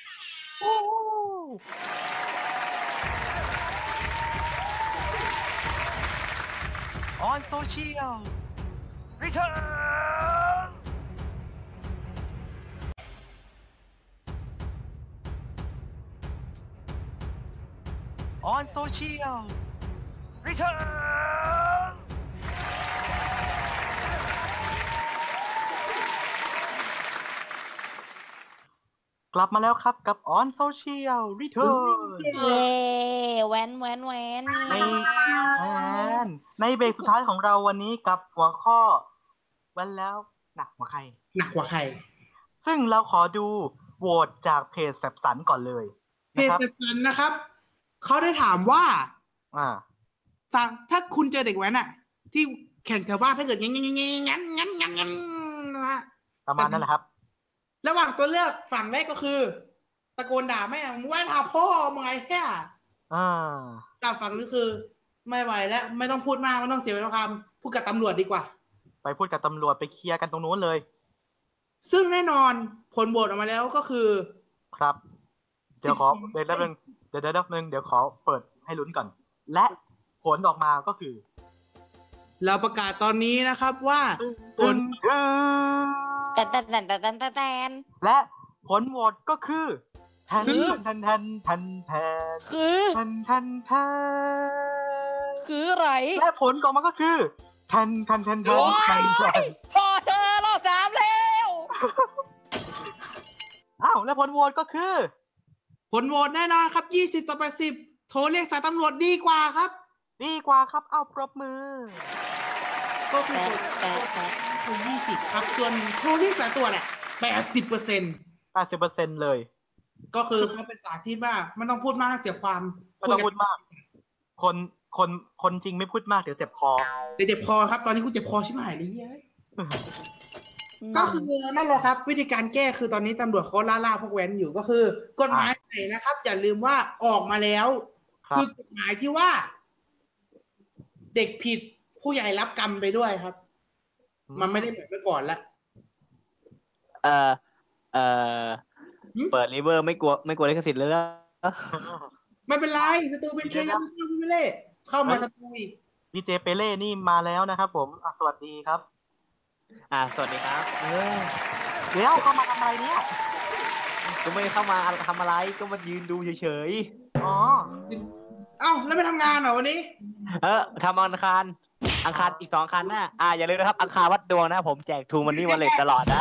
ออนโซเชียล Return on social return กลับมาแล้วครับกับ On Social Return เย้แว้นแว้นแว้นในในเบรกสุดท้ายของเราวันนี้กับหัวข้อแว้นแล้วหนักกว่าใครหนักกว่าใครซึ่งเราขอดูโหวตจากเพจแสบสันก่อนเลยเพจแสบสันนะครับเขาได้ถามว่าอ่าสั่งถ้าคุณเจอเด็กแว้นอะที่แข่งแถวบ้านถ้าเกิดงั้นงั้นงั้นงั้นงั้นงั้นนะฮะประมาณนั้นแหละครับระหว่างตัวเลือกฝั่งแรกก็คือ ตะโกนด่าแม่มึงแว้นหาพ่อมึงไงแค่อ่ากับฝั่งนี้คือ ไม่ไหวแล้วไม่ต้องพูดมากไม่ต้องเสียเวลาคำพูดกับตำรวจดีกว่าไปพูดกับตำรวจไปเคลียร์กันตรงนู้นเลยซึ่งแน่นอนผลโหวตออกมาแล้วก็คือครับ เดี๋ยวขอเดี๋ยวแป๊บนึงเดี๋ยวเดี๋ยวแป๊บนึงเดี๋ยวขอเปิดให้ลุ้นก่อน และผลออกมาก็คือเราประกาศตอนนี้นะครับว่าผลแตนแตนแตนแตนแตนแตนแตนและผลโหวตก็คือทันทันทันทันทันคือทันทันทันคืออะไรและผลออกมาก็คือทันทันทันทันโอ้ทันทัยนพอเธอรอบสามแล้วอ้าวและผลโหวตก็คือผลโหวตแน่นอนครับยี่สิบต่อแปดสิบโทรเรียกสายตำรวจดีกว่าครับดีกว่าครับเอาปรบมือก็คือแตะแตะแตะคือยี่สิบครับส่วนโทรเรียกสายตรวจอ่ะแปดสิบเปอร์เซ็นต์แปดสิบเปอร์เซ็นต์เลยก็คือเขาเป็นสายที่ว่าไม่ต้องพูดมากเสียความไม่ต้องพูดมาก คนคนคนจริงไม่พูดมากเดี๋ยวเจ็บคอเดี๋ยวเจ็บคอครับตอนนี้กูเจ็บคอชิบหายเลยเย้ยก็คือนั่นแหละครับ วิธีการแก้คือตอนนี้ตำรวจเขาล่าล่าพวกแว้นอยู่ก็คือกฎหมายใหม่นะครับอย่าลืมว่าออกมาแล้วครับคือกฎหมายที่ว่า เด็กผิดผู้ใหญ่รับกรรมไปด้วยครับ มันไม่ได้เหมือนเมื่อก่อนละเอ่อเอ่อหืมเปิดริเวอร์ไม่กลัวไม่กลัวลิขสิทธิ์เลยเหรอไม่เป็นไรสตูเป็นเคก็ไม่เข้าไม่เล่เข้ามาสตูอีกดีเจเปเล่นี่มาแล้วนะครับผมอ่ะสวัสดีครับอ่าสวัสดีครับเออเดี๋ยวเข้ามาทำอะไรเนี่ยก็ไม่ได้เข้ามาทำอะไรก็มายืนดูเฉยอ๋อเอ้าแล้วไม่ทำงานเหรอวันนี้ๆเออทำอังคารอังคารอีกสองอังคารหน้าอ่าอย่าลืมนะครับอังคารวัดดวงนะผมแจกทูมันนี่วันเล็ตตลอดนะ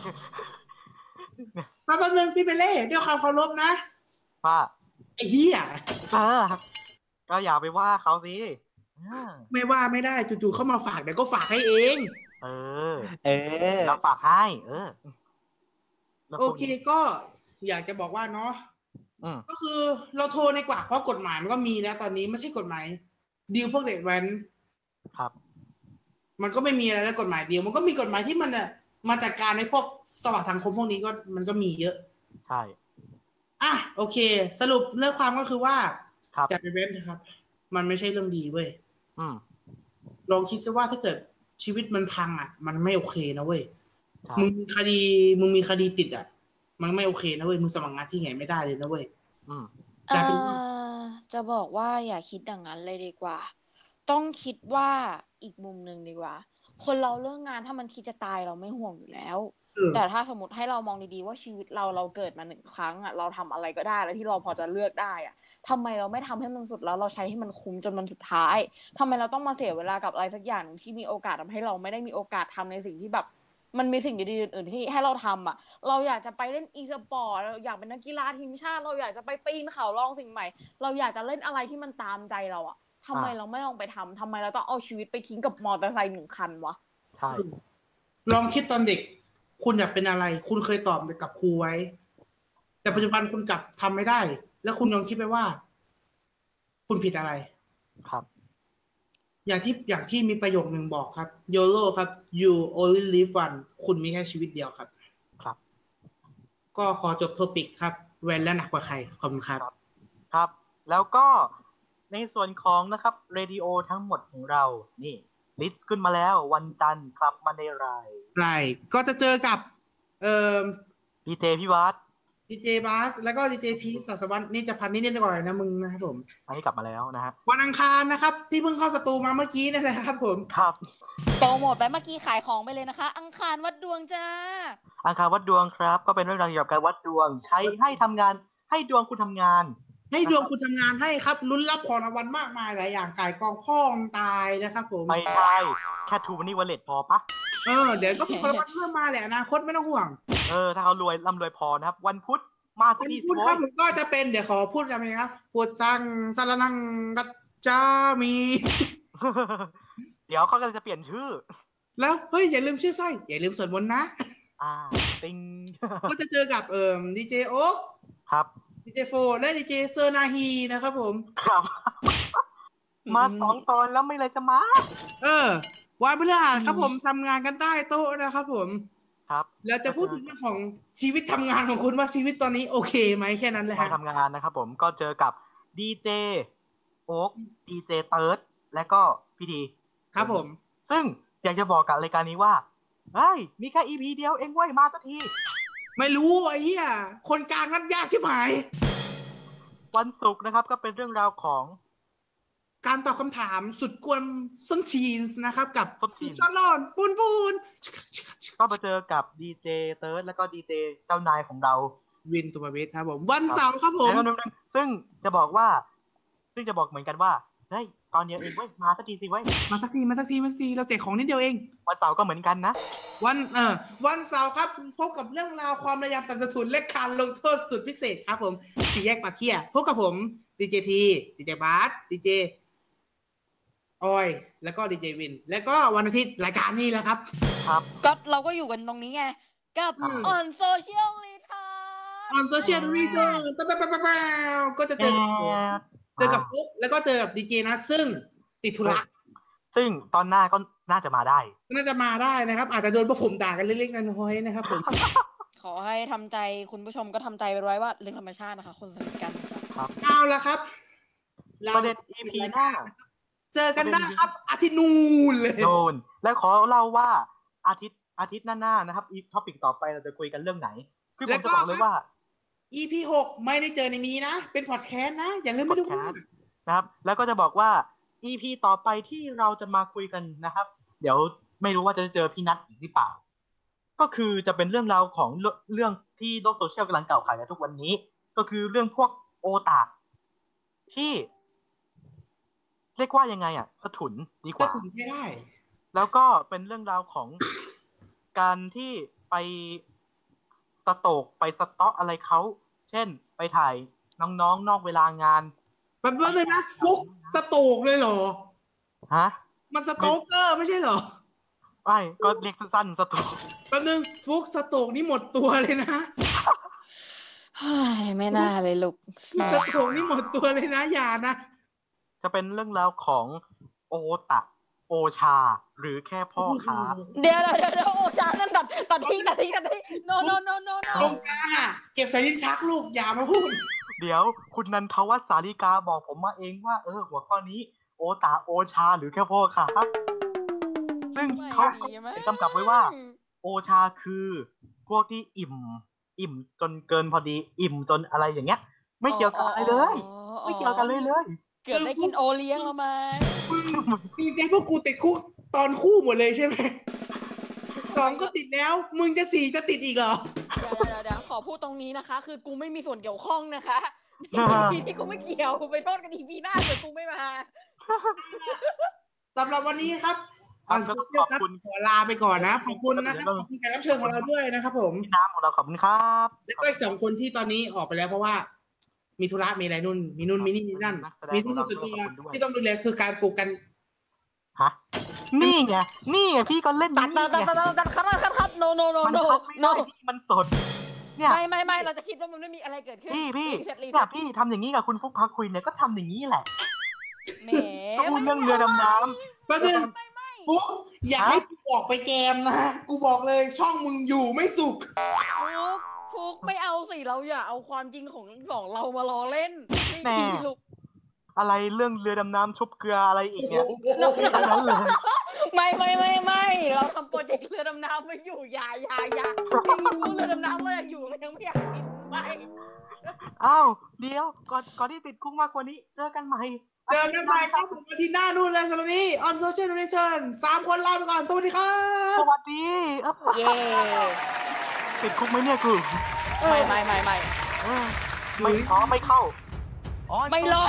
มาแป๊บนึงพี่เปเล่ด้วยความเคารพนะว่าไอ้เหี้ยเออก็อย่าไปว่าเขาสิเออไม่ว่าไม่ได้จู่ๆเข้ามาฝากเดี๋ยวก็ฝากให้เองเออเออเราฝากให้ เออแล้วโอพวกเคนี้ก็อยากจะบอกว่าเนาะอืมก็คือเราโทรในกว่าเพราะกฎหมายมันก็มีแล้วตอนนี้ไม่ใช่กฎหมายดีลพวกเด็กแว้นครับมันก็ไม่มีอะไรแล้วกฎหมายเดียวมันก็มีกฎหมายที่มันอะมาจัดการในพวกสวัสดิสังคมพวกนี้ก็มันก็มีเยอะใช่อ่ะโอเค สรุปเรื่องความก็คือว่าครับอย่าไปเว้นนะครับ มันไม่ใช่เรื่องดีเว้ยอืมลองคิดซะว่าถ้าเกิดชีวิตมันพังอ่ะ มันไม่โอเคนะเว้ยใช่มึงมีคดีมึงมีคดีติดอ่ะ มันไม่โอเคนะเว้ยมึงสมัครงานที่ไหนไม่ได้เลยนะเว้ยอืมเอ่อจะบอกว่าอย่าคิดอย่างนั้นเลยดีกว่า ต้องคิดว่าอีกมุมหนึ่งดีกว่า คนเราเรื่องงานถ้ามันคิดจะตายเราไม่ห่วงอยู่แล้วเออแต่ถ้าสมมติให้เรามองดีๆว่าชีวิตเราเราเกิดมาหนึ่งครั้งอ่ะเราทำอะไรก็ได้แล้วที่เราพอจะเลือกได้อ่ะทำไมเราไม่ทำให้มันสุดแล้วเราใช้ให้มันคุ้มจนมันสุดท้ายทำไมเราต้องมาเสียเวลากับอะไรสักอย่างที่มีโอกาสทำให้เราไม่ได้มีโอกาสทำในสิ่งที่แบบ มันมีสิ่งดีๆอื่นๆที่ให้เราทำอ่ะเราอยากจะไปเล่นอีสปอร์ตเราอยากเป็นนักกีฬาทีมชาติเราอยากจะไปปีนเขาลองสิ่งใหม่เราอยากจะเล่นอะไรที่มันตามใจเราอ่ะทำไมเราไม่ลองไปทำทำไมเราต้องเอาชีวิตไปทิ้งกับมอเตอร์ไซค์หนึ่งคันวะใช่ลองคิดตอนเด็ก คุณอยากเป็นอะไร คุณเคยตอบกับครูไว้ แต่ปัจจุบันคุณกลับทำไม่ได้ แล้วคุณลองคิดไปว่า คุณผิดอะไรครับอย่างที่อย่างที่มีประโยคหนึ่งบอกครับ YOLO ครับ you only live one คุณมีแค่ชีวิตเดียวครับครับก็ขอจบโทปิกครับแวนและหนักกว่าใครขอบคุณครับครับ แล้วก็ในส่วนของนะครับเรดิโอทั้งหมดของเรา นี่ลิสต์ขึ้นมาแล้ววันจันทร์ครับมาในรายไรก็จะเจอกับ เอ่อดีเจพี่วัดดีเจบาสแล้วก็ดีเจพีสัสวัตนี่จะพันนิดๆก่อนนะมึงนะครับผมอันนี้กลับมาแล้วนะฮะวันอังคารนะครับ ที่เพิ่งเข้าสตูมาเมื่อกี้นั่นแหละครับผมครับโปรโมทไปเมื่อกี้ขายของไปเลยนะคะ อังคารวัดดวงจ้าอังคารวัดดวงครับ ก็เป็นเรื่องราวเกี่ยวกับการวัดดวง ใช้ให้ทำงานให้ดวงคุณทำงานให้ดวงคุณทำงานให้ครับลุ้นรับของรางวัลมากมายหลายอย่างไก่กองพ่องตายนะครับผมไม่ใช่แค่ทูมันนี่วอลเล็ตพอปะเออเดี๋ยวก็มีคนรางวัลเพิ่มมาแหละอนาคตไม่ต้องห่วงเออถ้าเขารวยร่ำรวยพอนะครับ วันพุธมาสัวักนทีพุธครับผมก็จะเป็นเดี๋ยวขอพูดกันไหมครับพูดจังสารนังกัจจามีเดี๋ยวเขาก็จะเปลี่ยนชื่อแล้วเฮ้ยอย่าลืมชื่อสร้อยอย่าลืมสวดมนต์นะอ่าติงก็จะเจอกับเอ่อดีเจโอ๊กครับดีเจโฟและดีเจเซอร์นาฮีนะครับผมครับ มาสองตอนแล้วไม่เลยจะมาเออวันพฤหัสครับผมทำงานกันใต้โต๊ะนะครับผมครับแล้วจะพูดถึงเรื่องของชีวิตทำงานของคุณว่าชีวิตตอนนี้โอเคไหมแค่นั้นแหละมาฮะทำงานนะครับผมก็เจอกับดีเจโอ๊กดีเจเติร์ดและก็พี่ดีครับผมซึ่งอยากจะบอกกับรายการนี้ว่าเฮ้ยมีแค่ อี พี เดียวเองเว้ยมาสักทีไม่รู้ไอ้เหี้ยคนกลางนัดยากชิบหายวันศุกร์นะครับก็เป็นเรื่องราวของการตอบคำถามสุดกวนส้นทีนนะครับกับส้นตีสุนดยอดหลอนปูนปูนก็มาเจอกับดีเจเติร์ดแล้วก็ดีเจเจ้านายของเราวินตุมาเบสครับผมวันเสาร์ครับผมแล้วนึงซึ่งจะบอกว่า ซึ่งจะบอกเหมือนกันว่าเฮ้ยตอนเดียวเองเว้ยมาสักทีสิเว้ยมาสักทีมาสักทีมาสักทีเราแจกของนิดเดียวเองวันเสาร์ก็เหมือนกันนะวันเออวันเสาร์ครับพบกับเรื่องราวความระยำตัดสถุนและการลงโทษสุดพิเศษครับผมสี่แยกปากเขี้ยพบกับผมดีเจทีดีเจบาสดีเจออยแล้วก็ดีเจวิน แล้วก็วันอาทิตย์รายการนี้แหละครับครับก็เราก็อยู่กันตรงนี้ไง กับอืม on social r e t u r n ออนโซเชียลรีเทิร์นปั๊บปั๊บปั๊บปั๊บก็จะเจอกับผมเจอกับฟุ๊กแล้วก็เจอกับดีเจนะซึ่งติดธุระซึ่งตอนหน้าก็น่าจะมาได้น่าจะมาได้นะครับ อาจจะโดนพวกผมด่ากันเล็กๆน้อยๆนะครับผมขอให้ทำใจคุณผู้ชมก็ทำใจไปไว้ว่าเรื่องธรรมชาตินะคะ คนสนิทกันเอาละครับเราประเด็น อี พี หน้าเจอกันได้ครับ อาทิตย์นูนเลยโดนและขอเล่าว่าอาทิตย์อาทิตย์หน้าๆนะครับอีท็อปิกต่อไปเราจะคุยกันเรื่องไหน คือผมจะบอกเลยว่าอี พี หกไม่ได้เจอในนี้นะ เป็นพอดแคสต์นะ อย่าลืมไปดูพอดแคสต์ นะครับ แล้วก็จะบอกว่า อี พี ต่อไปที่เราจะมาคุยกันนะครับ เดี๋ยวไม่รู้ว่าจะเจอพี่นัทอีกหรือเปล่า ก็คือจะเป็นเรื่องราวของเรื่องเรื่องที่โลกโซเชียลกำลังกล่าวขานกันทุกวันนี้ ก็คือเรื่องพวกโอตาที่ เรียกว่ายังไงอ่ะสะถุนดีกก็ว่าถึงไม่ได้แล้วก็เป็นเรื่องราวของ การที่ไปสโตกไปสต็อกอะไรเขา เช่น ไปถ่ายน้องๆนอกเวลางานแบบนั้นเลยนะฟุกสโตกเลยเหรอฮะมันสโตกเกอร์ไม่ใช่เหรอไม่ก็เรียกสั้นๆสโตกแป๊บนึงฟุกสโตกนี่หมดตัวเลยนะเฮ้ยไม่น่าเลยลูกสโตกนี่หมดตัวเลยนะอย่านะจะเป็นเรื่องราวของโอตะโอชา หรือแค่พ่อค้าเดี๋ยวเดี๋ยวเดี๋ยวโอ้ชานั่นตัดตัดทิ้งตัดทิ้งตัดทิ้ง no no no no ตร no งกลางอ่ะเก็บใส่ลิ้นชักลูกอย่ามาพูดเดี๋ยวคุณนันทวัฒน์สาริกาบอกผมมาเองว่าเออหัวข้อนี้โอตาโอชาหรือแค่พ่อค้าซึ่งเขาก็เขียนกำกับไว้ว่า โอชาคือพวกที่อิ่ม อิ่มจนเกินพอดี อิ่มจนอะไรอย่างเงี้ย ไม่เกี่ยวกับอะไรเลย ไม่เกี่ยวกันเลยเลยเกือบได้กินโอเลี้ยงแล้วมั้ยมึงจะให้พวกกูติดคุกตอนคู่หมดเลยใช่ไหมสองก็ติดแล้ว มึงจะสี่จะติดอีกเหรอเดี๋ยวเดี๋ยวขอพูดตรงนี้นะคะ คือกูไม่มีส่วนเกี่ยวข้องนะคะอ่าทีนี้กูไม่เกี่ยวไปโทษกันอีพีหน้าเกิดกูไม่มาสำหรับวันนี้ครับครัอบ อนโซเชียลครับขอบคุณขอลาไปก่อนนะ ขอบคุณนะครับขอบคุณแขกรับเชิญของเราด้วยนะครับผมพี่น้ำของเราขอบคุณครับแล้วก็อีกสองคนที่ตอนนี้ออกไปแล้วเพราะว่า มีธุระมีอะไรนู่น มีนู่นมีนี่มีนั่น มีธุระส่วนตัวที่ต้องดูแลคือการปลูกกันฮะ นี่ไง นี่ไงพี่ก็เล่นตัดตัดตัดตัดตัดตัดคัดคัดคัด no no no มัน no คัดไม่ no ได้พี่มันสด เนี่ยไม่ไม่ไม่เราจะคิดว่ามันไม่มีอะไรเกิดขึ้นพี่พี่รีเซ็ตรีเนี่เซ็ยตพี่ทำอย่างนี้กับคุณฟุกพักคุยเนี่ยก็ทำอย่างนี้แหละแหมก็พูดเรื่องเรือดำน้แป๊บนึงปุ๊บอย่าให้กูออกไปแกมนะ กูบอกเลยช่องมึงอยู่ไม่สุขฟุกฟุกไม่เอาสิเราอย่าเอาความจริงของทั้งสองเรามาล้อเล่นไม่ดีลูกำอะไรเรื่องเรือดำน้ำชุบเกลืออะไรอีกเนี่ยเราทั้งนั้นเลยไม่ไม่ไม่ไม่เราทำโปรเจกต์เรือดำน้ำไม่อยู่อย่าอย่าอย่ายังรู้เรือดำน้ำเราอยากอยู่เรายังไม่อยากบินไปอ้าวเดี๋ยวก่อนก่อนที่ติดคุกมากกว่านี้ เจอกันใหม่เจอกันใหม่ครับผมอาทิตย์หน้านู่นเลยสำหรับนี้ on social relation สามคนลาไปก่อน สวัสดีครับสวัสดีเอ้าเย่ติดคุกไหมเนี่ยกูไม่ไม่ไม่ไม่เออไม่อ๋อไม่เข้าไม่รอด